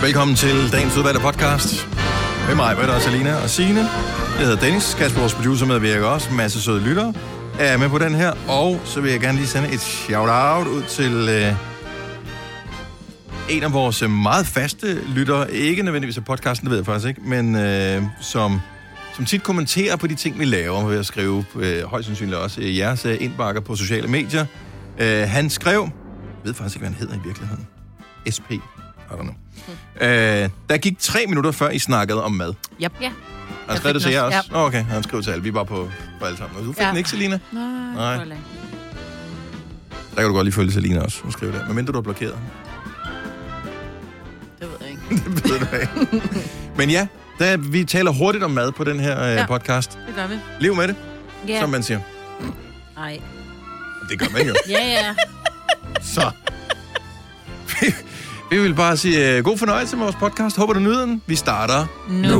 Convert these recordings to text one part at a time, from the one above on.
Velkommen til dagens udvalgte podcast. Med mig, Britta og Selina og Signe. Jeg hedder Dennis. Kasper, vores producer, medvirker også. En masse søde lyttere er med på den her. Og så vil jeg gerne lige sende et shout-out ud til en af vores meget faste lyttere. Ikke nødvendigvis af podcasten, det ved jeg faktisk ikke. Men som tit kommenterer på de ting, vi laver. Ved at skrive højst sandsynligt også jeres indbakker på sociale medier. Han skrev... Jeg ved faktisk ikke, hvad han hedder i virkeligheden. SP. I don't know. Der gik 3 minutter før I snakkede om mad. Yep. Ja. Han skrev det til jer også? Ja. Okay, han skrev til alle. Vi var på alle sammen. Du fik den ikke, Selina? Nej. Der kan du godt lige følge Selina også. Hun skrev det. Men mindre du har blokeret. Det ved jeg ikke. Det ved du ikke. Men ja, vi taler hurtigt om mad på den her podcast. Det gør vi. Lev med det, som man siger. Nej. Det gør man jo. Ja. Så. Vi vil bare sige god fornøjelse med vores podcast. Håber du nyder den. Vi starter nu.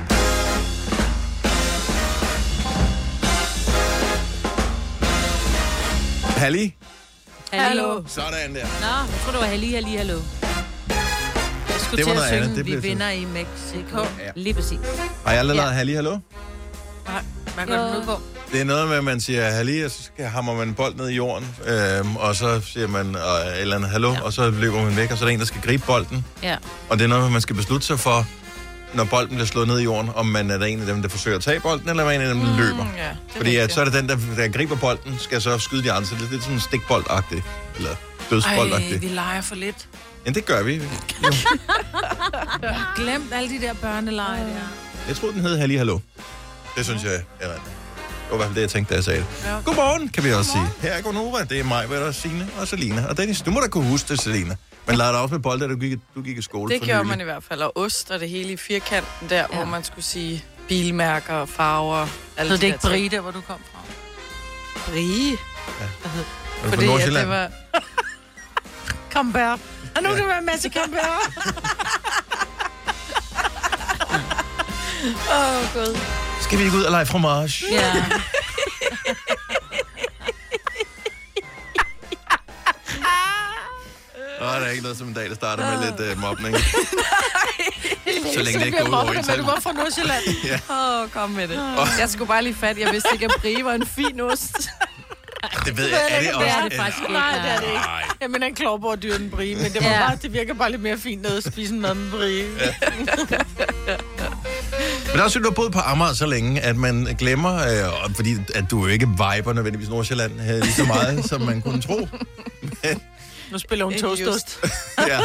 Halli. Hallo. Sådan der. Nå, jeg tror, det var hallo. Jeg skulle til at synge, vi vinder i Mexico. Ja. Lige præcis. Har jeg aldrig lavet hallo? Nej, hvad gør du nu på? Det er noget med, at man siger halli, og så hammer man en bold ned i jorden, og så siger man et eller andet hallo, og så løber man væk, og så er der en, der skal gribe bolden. Ja. Og det er noget, man skal beslutte sig for, når bolden bliver slået ned i jorden, om man er der en af dem, der forsøger at tage bolden, eller en af dem, der løber. Ja, fordi så er det den, der griber bolden, skal så skyde de andre. Så det er lidt sådan stikboldagtigt, eller dødsboldagtigt. Vi leger for lidt. Ja, det gør vi. Glemt alle de der børneleje der. Jeg troede, den hed halli hallo. Det synes jeg er rigtigt. Det var i hvert fald det, jeg tænkte, da jeg sagde det. Ja. Godmorgen, kan vi også sige. Her er Gonova. Det er mig, Britta, Signe og Selina. Og Dennis, du må da kunne huske det, Selina. Men lavede også med bold, da du gik i skole. Det gjorde man i hvert fald. Og ost og det hele i firkanten der, hvor man skulle sige bilmærker og farver. Så det er ikke Brie, der hvor du kom fra? Brie? Ja. Fordi det var... Camembert. Og nu kan det være en masse Camembert. Gud. Skal vi ikke ud og lege fromage? Ja. Der er ikke noget som en dag, der starter med lidt mobning. Så længe det ikke går ud over en selv. Du var fra Nordsjælland. Ja. Kom med det. Jeg skulle bare lige fat. Jeg vidste ikke, at Brie var en fin ost. Det ved jeg. Er det også? Det er det faktisk ikke. Nej, det er det ikke. Jeg mener en klovbordyr end Brie, men det, var bare, det virker bare lidt mere fint noget at spise noget med Brie. Ja. Men der er også, du har boet på Amager så længe, at man glemmer, fordi at du jo ikke viber nødvendigvis Nordsjælland lige så meget, som man kunne tro. Men... Nu spiller hun toastost. Ja.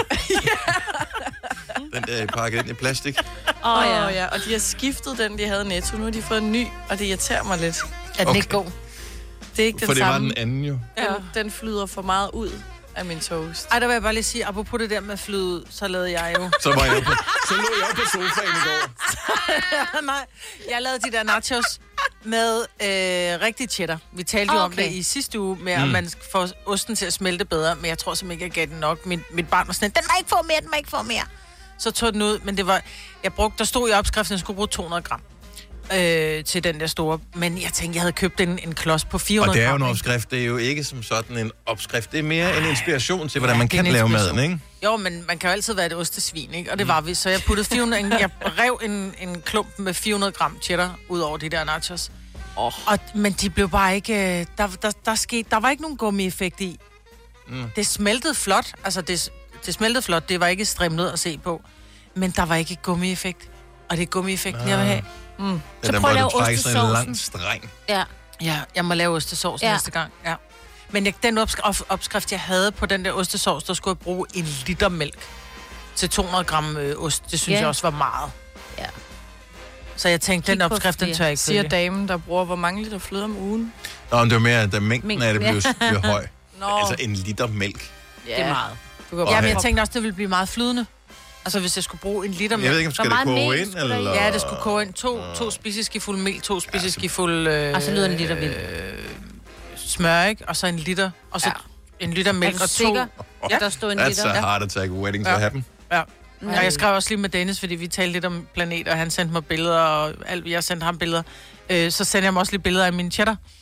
Den der er pakket ind i plastik. Ja. Og de har skiftet den, de havde i Netto. Nu har de fået en ny, og det irriterer mig lidt. Er den ikke god? Det er ikke den for det samme. var den anden jo. Ja. Den flyder for meget ud af min toast. Ej, der vil jeg bare lige sige, apropos det der med flyde ud, så lavede jeg jo... Så lå jeg på sofaen i går. Nej, jeg lavede de der nachos med rigtig cheddar. Vi talte jo om det i sidste uge, med at man får osten til at smelte bedre, men jeg tror simpelthen ikke, jeg gav den nok. Mit barn var sådan, den må ikke få mere. Så tog den ud, men det var... der stod i opskriften, at jeg skulle bruge 200 gram. Til den der store. Men jeg tænkte, jeg havde købt en klods på 400 gram. Og det er jo en opskrift. Det er jo ikke som sådan en opskrift. Det er mere en inspiration til, hvordan man kan lave maden, ikke? Jo, men man kan jo altid være et ostesvin, ikke? Og det var vi. Så jeg puttede 400... jeg rev en klump med 400 gram cheddar ud over de der nachos. Men de blev bare ikke... Der var ikke nogen gummi-effekt i. Det smeltede flot. Altså, det smeltede flot. Det var ikke strimlet at se på. Men der var ikke gummi-effekt. Og det er gummi-effekten, jeg vil have. Så prøv at lave ostesaucen. En lang streng. Ja, jeg må lave ostesauce næste gang. Ja. Men den opskrift, jeg havde på den der ostesauce, der skulle jeg bruge 1 liter mælk til 200 gram ost. Det synes jeg også var meget. Ja. Så jeg tænkte, den opskrift, den tør jeg ikke følge. Siger damen, der bruger hvor mange liter fløde om ugen? Nå, men det var mere, at mængden af det blev høj. Altså 1 liter mælk. Ja. Det er meget. Ja, men jeg tænkte også, det ville blive meget flydende. Altså, hvis jeg skulle bruge 1 liter mælk. Jeg ved ikke, om skal det koge ind, eller? Ja, det skulle koge ind. 2 spiseskefulde mel, 2 spiseskefulde... og så lyder 1 liter vildt. Smør, ikke? Og så 1 liter. Og så 1 liter mælk og 2... Ja, der stod 1 liter. That's a heart attack waiting to happen. Ja. Og jeg skrev også lige med Dennis, fordi vi talte lidt om planeter, og han sendte mig billeder, og jeg sendte ham billeder. Så sendte jeg ham også lige billeder af min cheddar.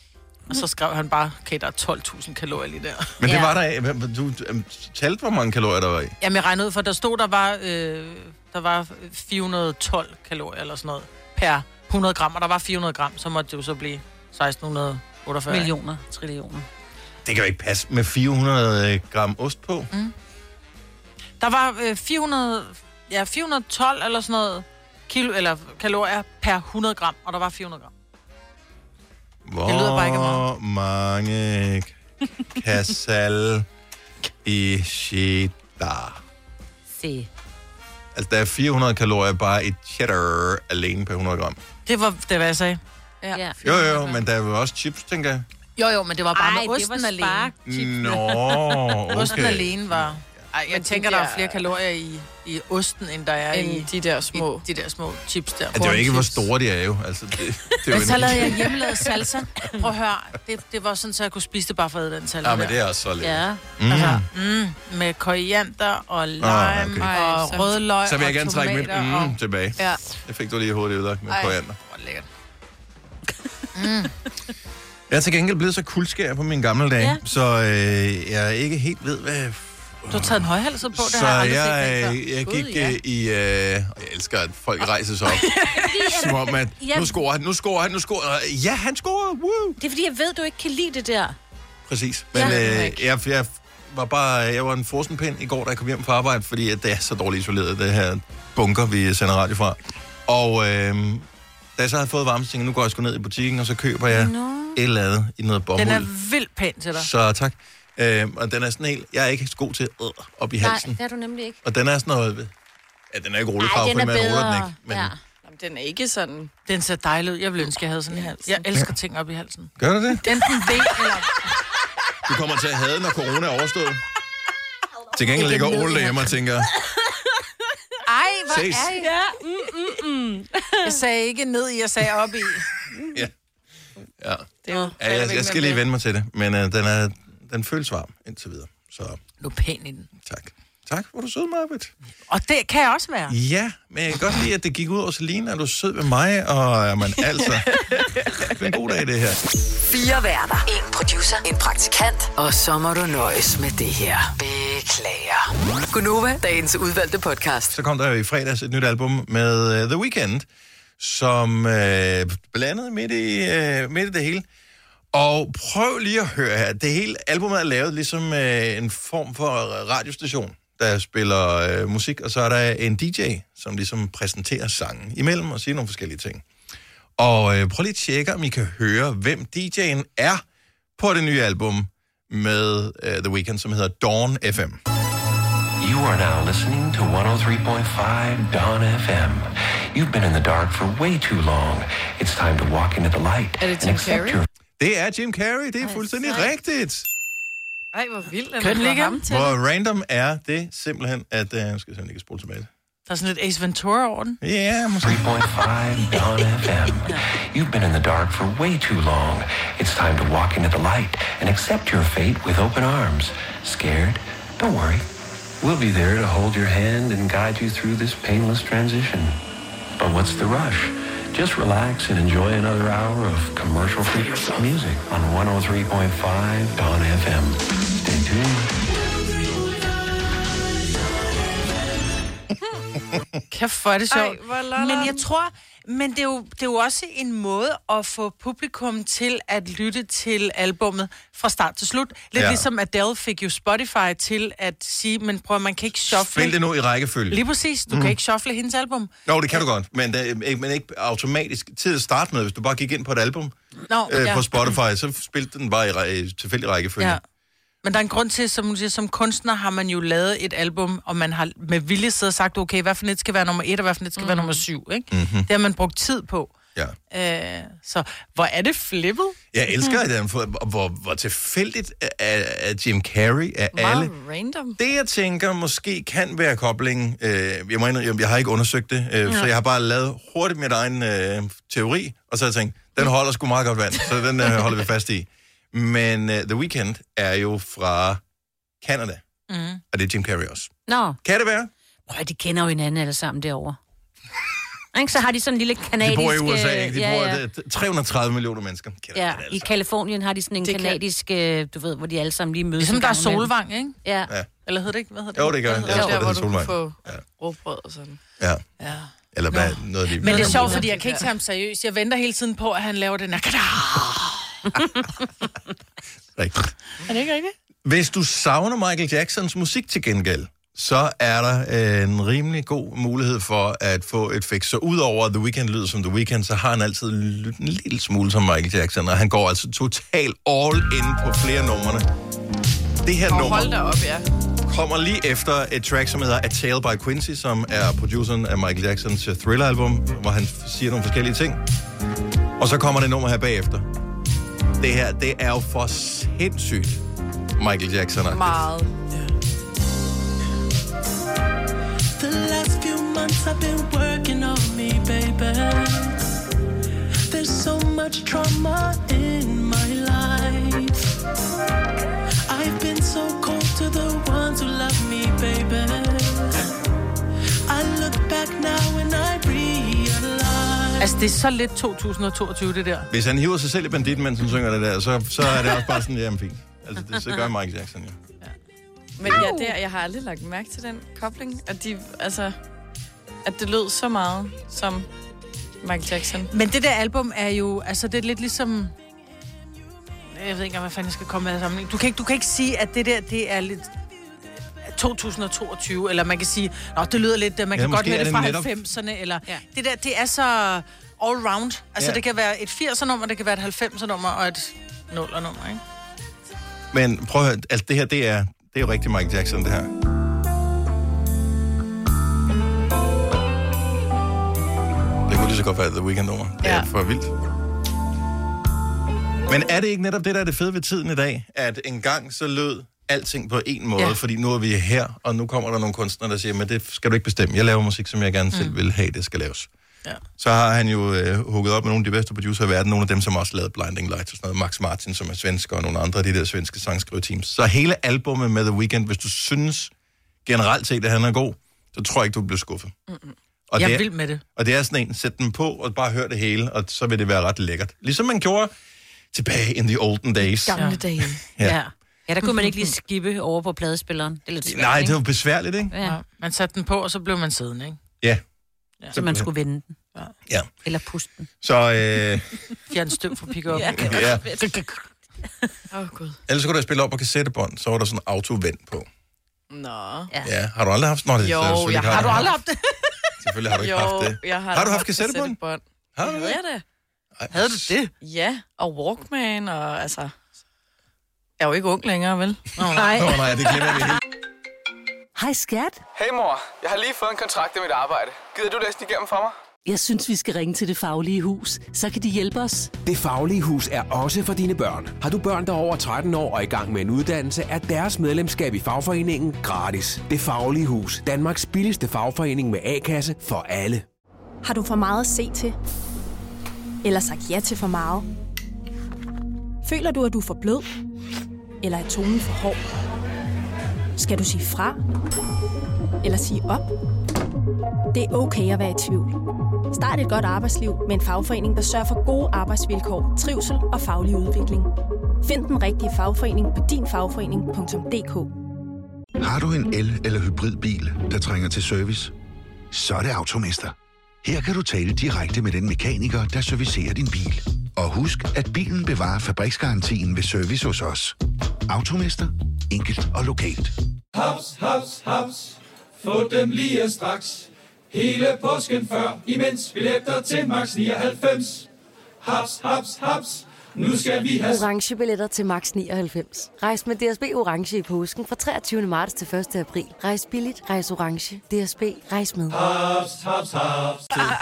Og så skrev han bare, okay, der er 12.000 kalorier lige der. Men det var der... Du talte, hvor mange kalorier der var i? Jamen, jeg regnede ud, for der stod, der var 412 kalorier eller sådan noget per 100 gram, og der var 400 gram, så måtte det jo så blive 1648. Millioner, trillioner. Det kan jo ikke passe med 400 gram ost på. Der var 412 eller sådan noget kalorier per 100 gram, og der var 400 gram. Hvor Det lyder bare ikke meget. mange kasal i cheddar? Se. Altså, der er 400 kalorier bare i cheddar alene per 100 gram. Det var det, hvad jeg sagde. Ja. Jo, men der er jo også chips, tænker jeg. Jo, men det var bare med osten alene. Nå, Osten okay. alene var... Ej, jeg tænker, der er flere kalorier i osten, end der er i de der små. de der små chips der. Det er jo ikke, hvor store de er jo. Altså, det er jo Men så lavede jeg hjemmelavet salsa. Prøv at høre, det var sådan, så jeg kunne spise det bare for den salsa. Ja, men det er også så lidt. Ja. Altså, med koriander og lime okay. og rødløg Så vil jeg gerne og trække mit tomater tilbage. Ja. Det fik du lige hurtigt udlagt med koriander. Hvor lækkert. Jeg er til gengæld blevet så kuldskær på mine gamle dage, Ja. så jeg ikke helt ved, hvad... Du har taget en højhalset på, det Så har jeg aldrig set. jeg gik i... jeg elsker, at folk rejser sig op. Som om, at nu scorer han. Ja, han scorer! Woo! Det er fordi, jeg ved, du ikke kan lide det der. Præcis. Men jeg var en forsenpind i går, da jeg kom hjem fra arbejde, fordi at det er så dårligt isoleret, det her bunker, vi sender radio fra. Og da jeg så havde fået varme, så tænkte jeg, nu går jeg sgu ned i butikken, og så køber jeg et eller andet i noget bomuld. Den er vildt pæn til dig. Så tak. Og den er sådan helt... Jeg er ikke så god til op i halsen. Nej, det er du nemlig ikke. Og den er sådan noget... Ja, den er ikke rullefarve, den er fordi man ruller den bedre. ikke. Men Ja. Jamen, den er ikke sådan... Den ser dejlig ud. Jeg ville ønske, jeg havde sådan en hals. Jeg elsker ting op i halsen. gør du det? Enten det, eller... Du kommer til at have, når corona er overstået. Til gengæld ligger Ole derhjemme og tænker... Ej, hvor Ses. er I? Jeg sagde ikke ned i, jeg sagde op i. Ja. Ja. Det er jo Jeg skal lige vende mig til det. Men den føles varm indtil videre. Så Du er pæn i den. tak. Tak, hvor du sød, Marbet. Og det kan jeg også være. Ja, men jeg kan godt lide, at det gik ud over Selina, at du er sød ved mig, og jamen, altså, det er en god dag, det her. 4 værter. 1 producer. En praktikant. Og så må du nøjes med det her. Beklager. Gunova, dagens udvalgte podcast. Så kom der jo i fredags et nyt album med The Weeknd, som blandede midt i det hele. Og prøv lige at høre her. Det hele albumet er lavet ligesom en form for radiostation, der spiller musik, og så er der en DJ, som ligesom præsenterer sangen imellem og siger nogle forskellige ting. Og prøv lige at tjekke, om I kan høre, hvem DJ'en er på det nye album med The Weeknd, som hedder Dawn FM. You are now listening to 103.5 Dawn FM. You've been in the dark for way too long. It's time to walk into the light. Er det Jim Carrey? Det er Jim Carrey, det er fuldstændig rigtigt. Ej, hvor vildt. Kan den ligge? Hvor random er det simpelthen, at... skal jeg simpelthen ikke spole tilbage. Der er sådan lidt Ace Ventura over den. Ja, måske. 3.5 Dawn FM. You've been in the dark for way too long. It's time to walk into the light and accept your fate with open arms. Scared? Don't worry. We'll be there to hold your hand and guide you through this painless transition. But what's the rush? Just relax and enjoy another hour of commercial-free music on 103.5 Dawn FM. Stay tuned. Kæft, hvor er det sjovt. Ej, hvor laller Men jeg den. tror, det er jo også en måde at få publikum til at lytte til albummet fra start til slut. Lidt ligesom Adele fik jo Spotify til at sige, men prøv, man kan ikke shuffle. Spil det nu i rækkefølge. Lige præcis, du kan ikke shuffle hendes album. Jo, det kan du godt, men ikke automatisk til at starte med. Hvis du bare gik ind på et album på Spotify, så spilte den bare i tilfældig rækkefølge. Ja. Men der er en grund til, som hun siger, som kunstner har man jo lavet et album, og man har med vilje siddet og sagt, okay, hvad for net skal være nummer 1, og hvad for net skal være nummer 7, ikke? Mm-hmm. Det har man brugt tid på. Ja. Så hvor er det flippet? Jeg elsker det, hvor tilfældigt er Jim Carrey af alle. Random. Det, jeg tænker, måske kan være koblingen. Jeg har ikke undersøgt det, så jeg har bare lavet hurtigt mit egen teori, og så har jeg tænkt, den holder sgu meget godt vand, så den holder vi fast i. Men The Weeknd er jo fra Canada, og det er Jim Carrey også. Nå, Kan det være? prøv, de kender jo hinanden alle sammen derovre. Ikke? Så har de sådan en lille kanadisk... De bor i USA, ikke? De bor 330 millioner mennesker. Ja, i Kalifornien har de sådan en kanadisk, du ved, hvor de alle sammen lige mødes. Ligesom der er Solvang, ikke? Ja. Eller hedder det ikke? Hvad hedder det? Jo, det gør. Jeg tror, det hedder Solvang. Få råbrød og sådan. Ja. Ja. Eller hvad, noget lige... Men det er sjovt, fordi jeg kan ikke tage ham seriøst. Jeg venter hele tiden på, at han laver den her... Rigtigt. Er det ikke rigtigt? Hvis du savner Michael Jacksons musik til gengæld, så er der en rimelig god mulighed for at få et fix. Så udover The Weeknd lyder som The Weeknd, så har han altid lyttet en lille smule som Michael Jackson, og han går altså totalt all in på flere numrene. Det her nummer hold da op, ja. kommer lige efter et track, som hedder A Tale by Quincy, som er produceren af Michael Jacksons Thriller-album, hvor han siger nogle forskellige ting. Og så kommer det nummer her bagefter. Det her, det er jo for sindssygt Michael Jackson-agtigt. Meget. The last few months I've been working on me, baby. There's so much trauma in my life. I've been so cold to the ones who love me, baby. I look back now and I realize. Altså, det er så lidt 2022, det der. Hvis han hiver sig selv i banditten, mens han synger det der, så er det også bare sådan, jamen fint. Altså, det, så gør Michael Jackson, ja. Men ja, jeg har aldrig lagt mærke til den kobling, at at det lød så meget som Michael Jackson. Men det der album er jo, altså det er lidt ligesom, jeg ved ikke, hvad fanden jeg skal komme med sammen. Du kan ikke sige, at det der, det er lidt 2022, eller man kan sige, det lyder lidt, man kan godt høre det fra netop 90'erne, eller det der, det er så all round. Altså det kan være et 80'er-nummer, det kan være et 90'er-nummer, og et 0'er-nummer, ikke? Men prøv at høre, altså det her, det er jo rigtig Michael Jackson, det her. Det kunne lige så godt være The Weeknd-nummer. Det er for vildt. Men er det ikke netop det, der er det fede ved tiden i dag? At engang så lød alting på en måde, fordi nu er vi her, og nu kommer der nogle kunstnere, der siger, men det skal du ikke bestemme. Jeg laver musik, som jeg gerne selv vil have, det skal laves. Ja. Så har han jo hugget op med nogle af de bedste producer i verden, nogle af dem, som også lavede Blinding Lights og sådan noget. Max Martin, som er svensker, og nogle andre af de der svenske sangskriveteams. Så hele albumet med The Weeknd, hvis du synes generelt set, at han er god, så tror jeg ikke, du bliver skuffet. Og jeg vil med det. Og det er sådan en, sæt den på, og bare hør det hele, og så vil det være ret lækkert. Ligesom man gjorde tilbage in the olden days. Gamle dage. Ja, der kunne man ikke lige skippe over på pladespilleren. Det er lidt svært, nej, ikke? det var besværligt, ikke? Ja. Man satte den på, og så blev man siddende, ikke? Ja. Så man skulle vende den. Ja. Eller puste den. Så, fjerne støv for pick-up. ja. Gud. Ellers kunne du spille op på kassettebånd, så var der sådan auto-vend på. Nå. Ja, har du aldrig haft sådan noget? Jo, har du aldrig haft det? Selvfølgelig har du ikke haft det. Har du haft kassettebånd? Har du det? Havde jeg det? Ej, havde du det? Ja, og Walkman, og altså... Jeg er jo ikke ung længere, vel? Nej. Nej, det glemmer vi helt. Hej skat. Hey mor, jeg har lige fået en kontrakt i mit arbejde. Gider du læse den igennem for mig? Jeg synes, vi skal ringe til Det Faglige Hus. Så kan de hjælpe os. Det Faglige Hus er også for dine børn. Har du børn, der er over 13 år og i gang med en uddannelse, er deres medlemskab i fagforeningen gratis. Det Faglige Hus. Danmarks billigste fagforening med A-kasse for alle. Har du for meget at se til? Eller sagt ja til for meget? Føler du, at du er for blød? Eller er tonen for hård? Skal du sige fra? Eller sige op? Det er okay at være i tvivl. Start et godt arbejdsliv med en fagforening, der sørger for gode arbejdsvilkår, trivsel og faglig udvikling. Find den rigtige fagforening på dinfagforening.dk. Har du en el- eller hybridbil, der trænger til service? Så er det Automester. Her kan du tale direkte med den mekaniker, der servicerer din bil. Og husk, at bilen bevarer fabriksgarantien ved service hos os. Automester. Enkelt og lokalt. Haps, haps, haps. Få dem lige straks. Hele påsken før, imens billetter til max 99. Haps, haps, haps. Nu skal vi have orange billetter til max 99. Rejs med DSB orange i påsken fra 23. marts til 1. april. Rejs billigt, rejs orange. DSB, rejs med. haps, haps, haps.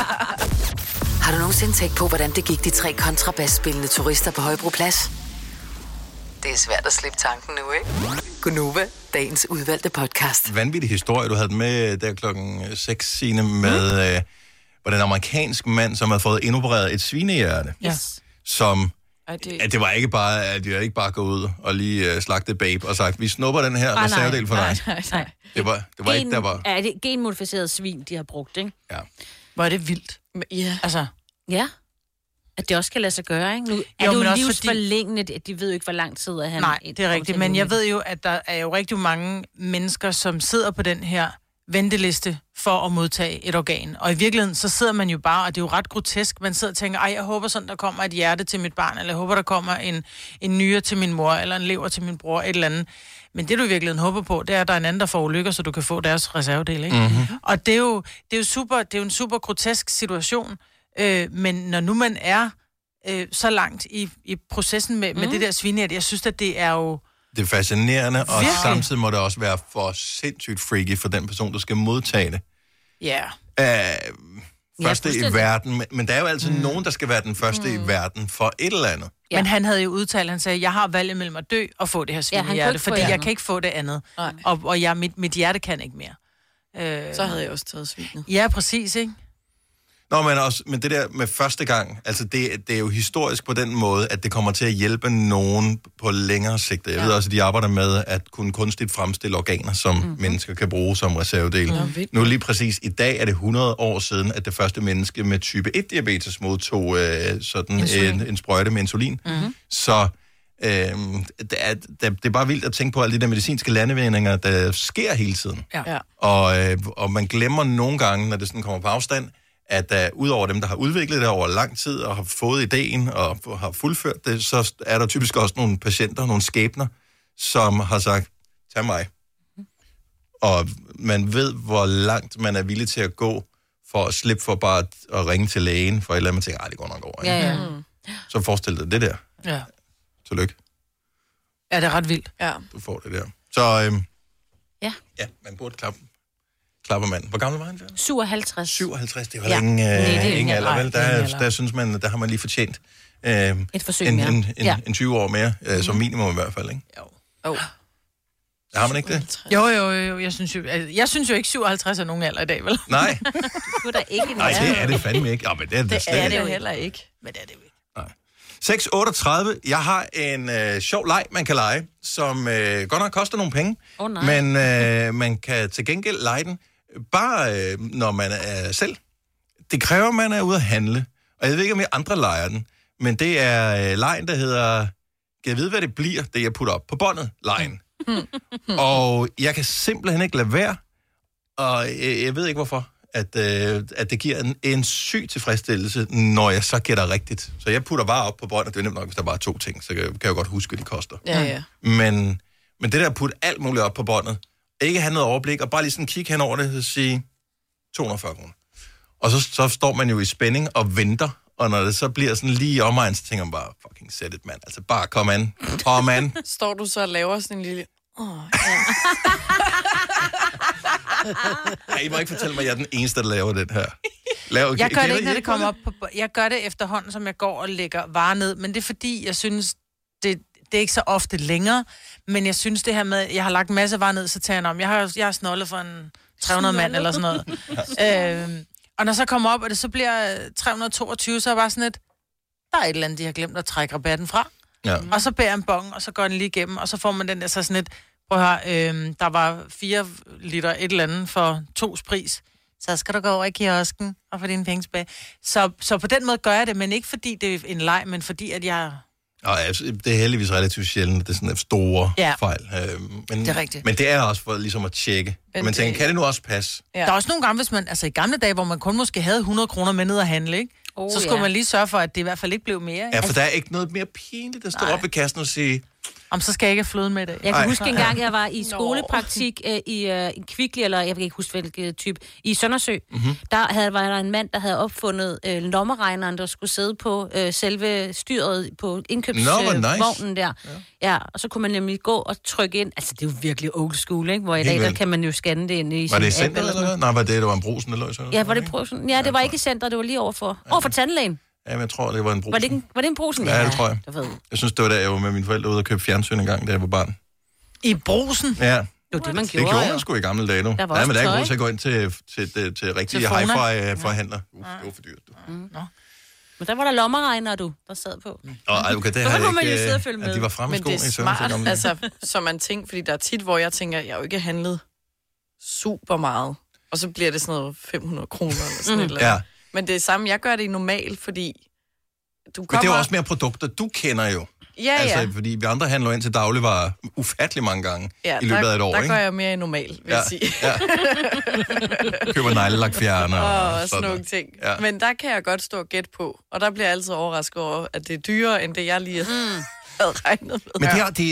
Har du nogensinde tænkt på, hvordan det gik de 3 kontrabasspillende turister på Højbroplads? Det er svært at slippe tanken nu, ikke? Gunova, dagens udvalgte podcast. Vanvittig historie, du havde den med der 6, Signe, med hvor den amerikansk mand, som havde fået indopereret et svinehjerte. Yes. Som, det var ikke bare, at de ikke bare gå ud og lige slagte et babe og sagt, vi snupper den her reservedel for dig. Nej. Det var ikke, der var... Er det genmodificeret svin, de har brugt, ikke? Ja. Hvor er det vildt. Ja. Altså. Ja. At det også skal lade sig gøre, ikke? Nu er Jo, det men jo også livsforlængende, at de ved jo ikke, hvor lang tid er han... Nej, det er rigtigt. Men jeg ved jo, at der er jo rigtig mange mennesker, som sidder på den her venteliste for at modtage et organ. Og i virkeligheden, så sidder man jo bare, og det er jo ret grotesk, man sidder og tænker, ej, jeg håber sådan, der kommer et hjerte til mit barn, eller jeg håber, der kommer en nyre til min mor, eller en lever til min bror, et eller andet. Men det, du i virkeligheden håber på, det er, at der er en anden, der får ulykker, så du kan få deres reservedel, ikke? Mm-hmm. Og det er jo super, det er jo en super grotesk situation, men når nu man er så langt i processen med det der svinet, jeg synes, at det er jo... Det er fascinerende, og virkelig. samtidig må det også være for sindssygt freaky for den person, der skal modtage det. Ja. Første i verden, men der er jo altid nogen, der skal være den første i verden for et eller andet. Ja. Men han havde jo udtalt, han sagde, jeg har valget mellem at dø og få det her svinehjerte, fordi jeg kan ikke få det andet. Og mit hjerte kan ikke mere. Så havde jeg også taget svinet. Ja, præcis, ikke? Nå, men det der med første gang, altså det er jo historisk på den måde, at det kommer til at hjælpe nogen på længere sigt. Jeg ved også, at de arbejder med at kunne kunstigt fremstille organer, som mennesker kan bruge som reservedel. Nu lige præcis i dag er det 100 år siden, at det første menneske med type 1-diabetes modtog en sprøjte med insulin. Mm-hmm. Så det er bare vildt at tænke på alle de der medicinske landevindinger, der sker hele tiden. Ja. Og man glemmer nogle gange, når det sådan kommer på afstand, at udover dem, der har udviklet det over lang tid, og har fået ideen, og har fuldført det, så er der typisk også nogle patienter, nogle skæbner, som har sagt, tag mig. Og man ved, hvor langt man er villig til at gå, for at slippe for bare at ringe til lægen, for et eller andet, man tænker, det går nok over. Ja. Så forestil dig det der. Ja. Tillykke. Ja, det er ret vildt. Ja. Du får det der. Så ja, man burde klapper manden. Hvor gammel var han? 57. 57, det var ingen alder, vel? Der synes man, der har man lige fortjent et forsøg mere. En 20 år mere, som minimum i hvert fald, ikke? Jo. Har man ikke det? Jo. Jeg synes jo ikke 57 er nogen alder i dag, vel? Nej. Du er der ikke Nej, det er det fandme ikke. Ja, men det er det er det jo heller ikke. Men det er det jo ikke. 6:38. Jeg har en sjov leg, man kan lege, som godt nok koster nogle penge, men man kan til gengæld lege den bare når man er selv. Det kræver, man er ude at handle, og jeg ved ikke, om jeg andre leger den, men det er legen, der hedder, kan jeg vide, hvad det bliver, det jeg putter op på båndet, legen. Og jeg kan simpelthen ikke lade være, og jeg ved ikke hvorfor, at det giver en syg tilfredsstillelse, når jeg så gætter rigtigt. Så jeg putter bare op på båndet, det er nemt nok, hvis der bare er 2 ting, så kan jeg godt huske, hvad de koster. Ja. Men det der at putte alt muligt op på båndet, ikke have noget overblik, og bare lige sådan kigge hen over det, og sige 240 kroner. Og så står man jo i spænding og venter, og når det så bliver sådan lige i omegn, så tænker man bare, fucking set it, mand. Altså bare kom an. Står du så og laver sådan en lille... I må ikke fortælle mig, at jeg er den eneste, der laver den her. Jeg gør det ikke, når det kommer op på... Jeg gør det efterhånden, som jeg går og lægger varer ned, men det er fordi, jeg synes, det er ikke så ofte længere, men jeg synes det her med, jeg har lagt en masse varer ned, så tager jeg om. Jeg har snollet for en 300 mand eller sådan noget. Og når så kommer op, og det så bliver 322, så er bare sådan et, der er et eller andet, de har glemt at trække rabatten fra. Ja. Og så bærer en bong, og så går den lige igennem, og så får man den der så sådan et, prøv at høre, der var 4 liter et eller andet for 2's pris. Så skal du gå over i kiosken og få dine penge tilbage. Så på den måde gør jeg det, men ikke fordi det er en leg, men fordi at jeg... det er heldigvis relativt sjældent, det er sådan en store fejl. Men, det er rigtigt. Men det er også for ligesom at tjekke. Man tænker, kan det nu også passe? Ja. Der er også nogle gange, hvis man, altså i gamle dage, hvor man kun måske havde 100 kroner med ned at handle, ikke? Så skulle man lige sørge for, at det i hvert fald ikke blev mere. Ja, for der er ikke noget mere pinligt at stå op ved kassen og sige... Så skal jeg ikke have fløden med det. Jeg kan huske en gang, jeg var i skolepraktik i Kvickly, eller jeg kan ikke huske, hvilken type, i Søndersø. Mm-hmm. Var der en mand, der havde opfundet lommeregneren, der skulle sidde på selve styret på indkøbsvognen der. Ja, og så kunne man nemlig gå og trykke ind. Altså, det er jo virkelig old school, ikke? Hvor i dag, der kan man jo scanne det ind i sin app. Var det i centret eller noget? Nej, var det var en Brugsen eller sådan noget? Ja, var det Brugsen? Ja, det var ikke i centret, det var lige overfor tandlægen. Ja, men jeg tror, det var en Brugsen. Var det en Brugsen? Ja, det tror jeg. Jeg synes, det var der, jeg var med mine forældre ude og købte fjernsyn en gang, da jeg var barn. I Brugsen? Ja. Det var det, man gjorde. Det gjorde man sgu i gamle dage nu. Der var men der er ikke råd til at gå ind til rigtige hi-fi-forhandler. Det var for dyrt. Men der var der lommeregner, der sad på. Okay, det så må man jo sidde og følge med. De var fremme i skoene. Men det er smart, altså, som man tænker, fordi der er tit, hvor jeg tænker, jeg har jo ikke handlet super meget. Og så bliver det sådan noget 500 kroner eller sådan et eller andet. Ja. Men det er samme, jeg gør det i normal, fordi du kommer... Men det er jo også mere produkter, du kender jo. Ja, altså, fordi vi andre handler ind til dagligvarer ufattelig mange gange i løbet af et år, der ikke? gør jeg mere i normal, vil jeg sige. Ja. Køber neglelakfjerner og sådan nogle ting. Ja. Men der kan jeg godt stå og gætte på, og der bliver jeg altid overrasket over, at det er dyrere, end det jeg lige havde regnet med. Men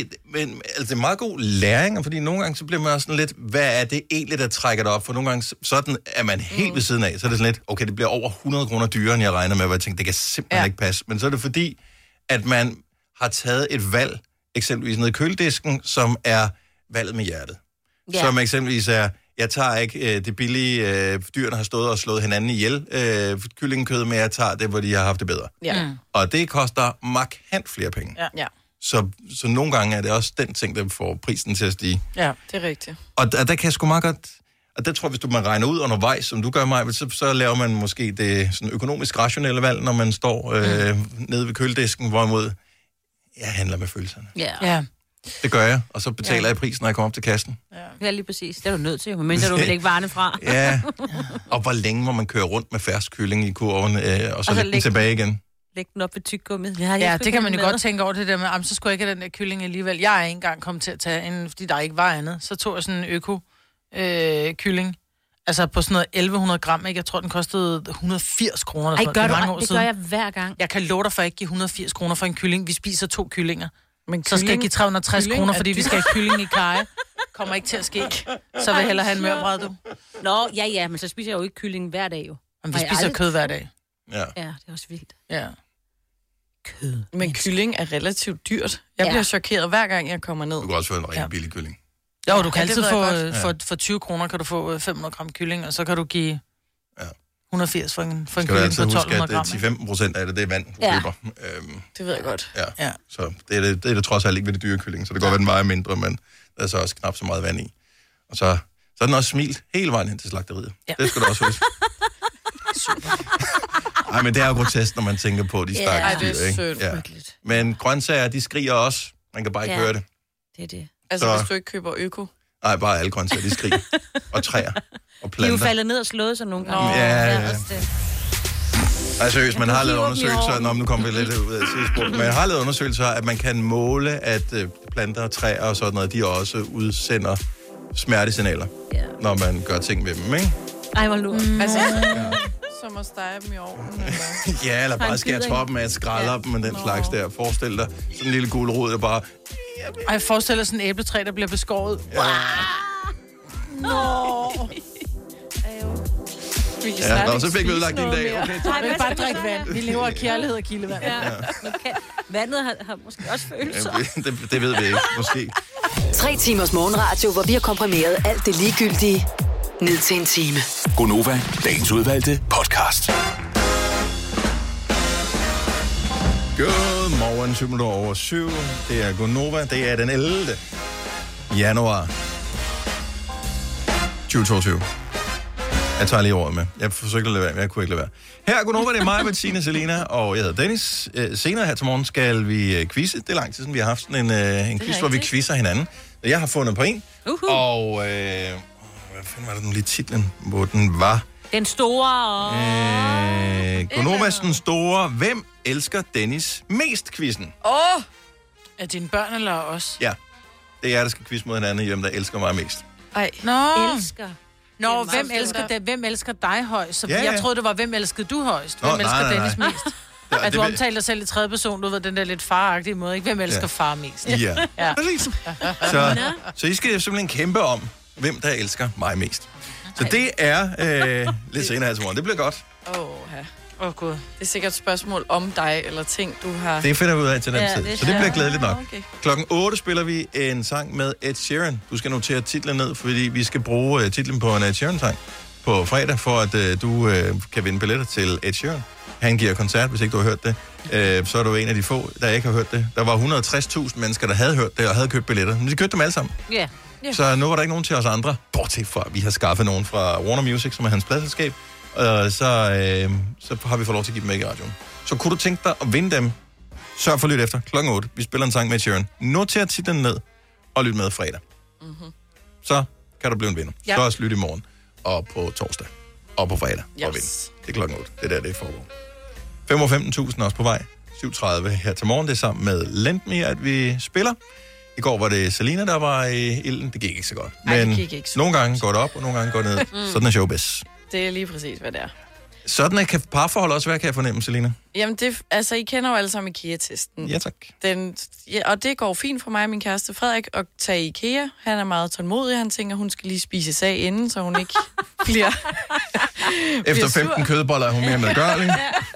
det er meget god læring, fordi nogle gange så bliver man også sådan lidt, hvad er det egentlig, der trækker det op? For nogle gange sådan er man helt ved siden af, så er det sådan lidt, okay, det bliver over 100 kroner dyrere, end jeg regner med, hvor jeg tænker, det kan simpelthen ikke passe. Men så er det fordi, at man har taget et valg, eksempelvis nede i køledisken, som er valget med hjertet. Ja. Som eksempelvis er, jeg tager ikke det billige, dyrene har stået og slået hinanden ihjel, kyllingekød, men jeg tager det, hvor de har haft det bedre. Ja. Og det koster markant flere penge. Ja. Så nogle gange er det også den ting, der får prisen til at stige. Ja, det er rigtigt. Og der kan jeg sgu meget godt... Og der tror jeg, hvis man regner ud undervejs, som du gør mig, så laver man måske det sådan økonomisk rationelle valg, når man står nede ved køledisken, hvorimod jeg handler med følelserne. Ja. Det gør jeg, og så betaler jeg prisen, når jeg kommer op til kassen. Ja, lige præcis. Det er du nødt til, medmindre du vil lægge varerne fra. Ja, og hvor længe må man køre rundt med fersk kylling i kurven, og så lægge den tilbage igen? Lægge den op ved tyggekkummet. Ja, det kan man jo godt tænke over det der med, så skulle jeg ikke have den der kylling alligevel. Jeg er ikke engang kommet til at tage en, fordi der ikke var andet. Så tog jeg sådan en øko-kylling. Altså på sådan noget 1100 gram, ikke? Jeg tror, den kostede 180 kroner. Ej, det gør jeg hver gang. Jeg kan love dig for, at jeg ikke give 180 kroner for en kylling. Vi spiser 2 kyllinger. Men så skal jeg give 360 kroner, fordi vi skal have kylling i karry. Kommer ikke til at ske. Så vil jeg hellere have en mørbræd, du. Nå, ja, men så spiser jeg jo ikke kylling hver dag, jo. Men vi spiser kød hver dag. Ja. Ja, det er også vildt. Ja. Kød. Men kylling er relativt dyrt. Jeg bliver chokeret hver gang, jeg kommer ned. Du kan også få en rigtig billig kylling. Jo, du kan altid få, for 20 kroner kan du få 500 gram kylling, og så kan du give 180 for en kylling på 1200 gram. Skal du altid huske, at 10-15% af det er vand, du køber. Det ved jeg godt. Ja. Så det er det trods alt ikke ved det dyre kylling, så det kan godt være, den vejer mindre, men der er så også knap så meget vand i. Og så er den også smilt hele vejen hen til slagteriet. Ja. Det skal du også huske. Nej, men det er jo grotesk, når man tænker på de stakkels dyr, ikke? Ja. Men grøntsager, de skriger også. Man kan bare ikke høre det. Det er det. Altså, hvis du ikke køber øko? Nej, bare alle grøntsager, de skriger. Og træer. Og planter. De er jo faldet ned og slået sig nogle gange. Ja. Ej, seriøst, man har lavet undersøgelser, nu kommer vi lidt ud af tidspunkt, men man har lavet undersøgelser, at man kan måle, at planter, træer og sådan noget, de også udsender smertesignaler, når man gør ting med dem, ikke? Ej, hvor lurt. Altså, som at stege dem i ovnen, eller? Ja, eller bare skære toppen af, skræller dem og den slags der. Forestil dig sådan en lille gulerod, der bare... Ej, forestil dig sådan en æbletræ, der bliver beskåret. Ja. Nå. Ja, så fik vi udlagt din dag. Okay, nej, men bare drik vand. Vi lever af kærlighed og kildevand. Ja. Vandet har måske også følelser. Ja, det ved vi ikke, måske. 3 timers morgenradio, hvor vi har komprimeret alt det ligegyldige ned til en time. Gonova, dagens udvalgte podcast. Godmorgen, 7:07. Det er Gonova. Det er den 11. januar 2022. Jeg tager lige ordet med. Jeg forsøgte at lade være, men jeg kunne ikke lade være. Her er Gonova, det er mig, Bettina, Selina, og jeg hedder Dennis. Senere her til morgen skal vi quizze. Det er lang tid siden, vi har haft sådan en quiz, hvor vi quizzer hinanden. Jeg har fundet på en, og hvad fanden var det nu lige titlen, hvor den var? Den store... Gonovas den store. Hvem elsker Dennis mest quizzen? Er dine børn eller os? Ja, det er der skal quizze mod hinanden i, hvem der elsker mig mest. Ej. Nå. Elsker. Nå, hvem elsker dig højst? Så jeg troede, det var, hvem elsker du højst? Hvem elsker Dennis mest? At du omtaler dig selv i tredje person, du ved, den der lidt faragtige måde, ikke? Hvem elsker far mest? Ja. Så I skal simpelthen kæmpe om, hvem der elsker mig mest. Så det er lidt senere her til morgen. Det bliver godt. God. Det er sikkert et spørgsmål om dig, eller ting, du har... Det finder vi ud af til den tid, så det bliver glædeligt nok. Okay. Klokken 8 spiller vi en sang med Ed Sheeran. Du skal notere titlen ned, fordi vi skal bruge titlen på en Ed Sheeran-sang på fredag, for at du kan vinde billetter til Ed Sheeran. Han giver koncert, hvis ikke du har hørt det. Så er du en af de få, der ikke har hørt det. Der var 160.000 mennesker, der havde hørt det og havde købt billetter. Men de købte dem alle sammen. Ja. Så nu var der ikke nogen til os andre, bortset fra, vi har skaffet nogen fra Warner Music, som er hans pladselskab. Så har vi fået lov til at give dem med i radioen. Så kunne du tænke dig at vinde dem, sørg for at lytte efter klokken 8. Vi spiller en sang med Sharon. Noter titlen ned og lyt med fredag. Så kan du blive en vinder. Ja. Så også lytte i morgen. og på torsdag. Og på fredag. Yes. Det er klokken 8. Det er der, det foregår. 5.15.000 også på vej. 7.30 her til morgen. Det er sammen med Lend Me, at vi spiller. I går var det Selina, der var i ilden. Det gik ikke så godt. Ej, Men ikke så nogle gange går det op, og nogle gange går det ned. Sådan er showbiz. Det er lige præcis, hvad det er. Sådan kan parforhold også være, kan jeg fornemme, Selina. Jamen, I kender jo alle sammen IKEA-testen. Ja, tak. Og det går fint for mig og min kæreste Frederik at tage i IKEA. Han er meget tålmodig. Han tænker, hun skal lige spise af inden, så hun ikke bliver Efter 15 kødboller er hun mere medgørlig.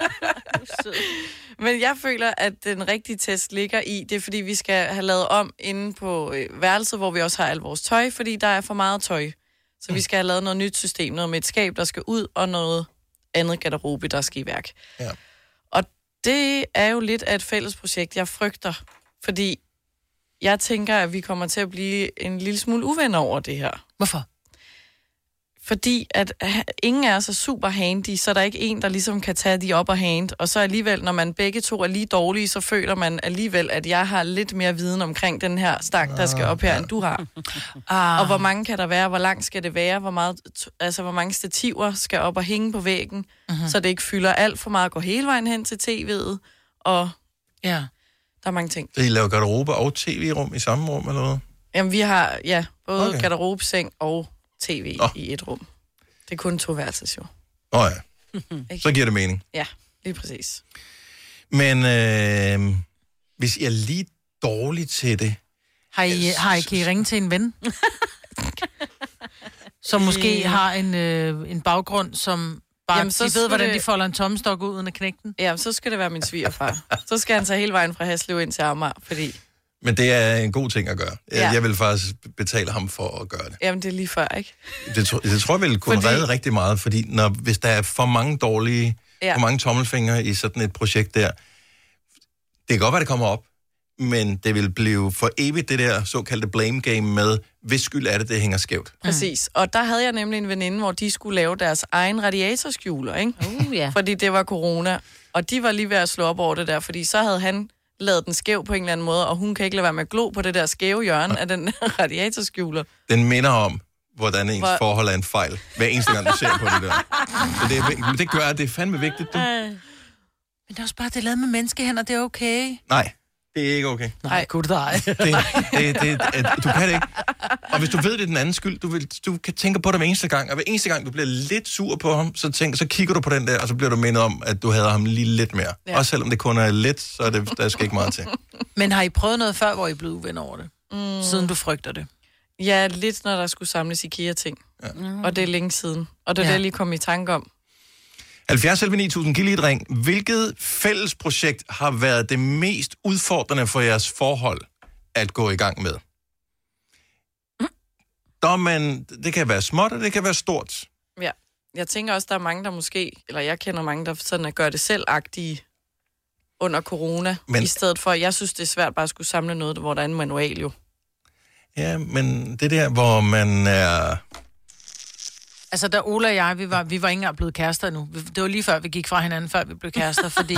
Men jeg føler, at den rigtige test ligger i, det er fordi, vi skal have lavet om inde på værelset, hvor vi også har alt vores tøj, fordi der er for meget tøj. Så vi skal have lavet noget nyt system, noget med et skab, der skal ud, og noget andet garderobe, der skal i værk. Ja. Og det er jo lidt af et fælles projekt, jeg frygter, fordi jeg tænker, at vi kommer til at blive en lille smule uvenner over det her. Hvorfor? Fordi at ingen af os er super handy, så der er ikke en, der ligesom kan tage de op og hand. Og så alligevel, når man begge to er lige dårlige, så føler man alligevel, at jeg har lidt mere viden omkring den her stang, der skal op her, end du har. Og hvor mange kan der være? Hvor langt skal det være? Hvor mange stativer skal op og hænge på væggen, så det ikke fylder alt for meget at gå hele vejen hen til tv'et. Og ja, der er mange ting. Så I laver garderobe og tv-rum i samme rum, eller hvad? Jamen, vi har både garderobe, seng og tv i et rum. Det er kun 2 værelses, jo. Ja. Så giver det mening. Ja, lige præcis. Men hvis I er lige dårlige til det... Kan I ringe til en ven? Som måske har en baggrund, som bare de ved, hvordan de folder en tommestok ud uden at knække den? Jamen, så skal det være min svigerfar. Så skal han tage hele vejen fra Haslev ind til Amager, fordi... Men det er en god ting at gøre. Jeg vil faktisk betale ham for at gøre det. Jamen, det er lige før, ikke? Det tror jeg vil kunne redde rigtig meget, fordi hvis der er for mange for mange tommelfingre i sådan et projekt der, det kan godt være, det kommer op, men det vil blive for evigt det der såkaldte blame game med, hvis skyld er det hænger skævt. Præcis. Og der havde jeg nemlig en veninde, hvor de skulle lave deres egen radiatorskjuler, ikke? Fordi det var corona. Og de var lige ved at slå op over det der, fordi så havde han lavet den skæv på en eller anden måde, og hun kan ikke lade være med at glo på det der skæve hjørne af den radiatorskjuler. Den minder om, hvordan ens forhold er en fejl, hver eneste gang, du ser på det der. Så det gør, at det er fandme vigtigt, du. Men det er også bare, det er lavet med menneskehænder, det er okay. Nej, det er ikke okay. Nej, gud dig. Du kan det ikke. Og hvis du ved, det er den anden skyld, du kan tænke på det hver eneste gang, og hver eneste gang, du bliver lidt sur på ham, så kigger du på den der, og så bliver du mindet om, at du hader ham lige lidt mere. Ja. Også selvom det kun er lidt, så er der skal ikke meget til. Men har I prøvet noget før, hvor I blev uvenner over det? Siden du frygter det? Ja, lidt når der skulle samles IKEA-ting. Ja. Og det er længe siden. Og det er det, jeg lige kom i tanke om. 70 9000, giv lige et ring. Hvilket fællesprojekt har været det mest udfordrende for jeres forhold at gå i gang med? Det kan være småt, og det kan være stort. Ja, jeg tænker også, der er mange, der måske, eller jeg kender mange, der sådan at gøre det selv-agtige under corona, i stedet for, jeg synes, det er svært bare at skulle samle noget, hvor der er en manual jo. Ja, men det der, hvor man er... Altså, da Ola og jeg, vi var ikke engang blevet kærester endnu. Det var lige før, vi gik fra hinanden, før vi blev kærester, fordi...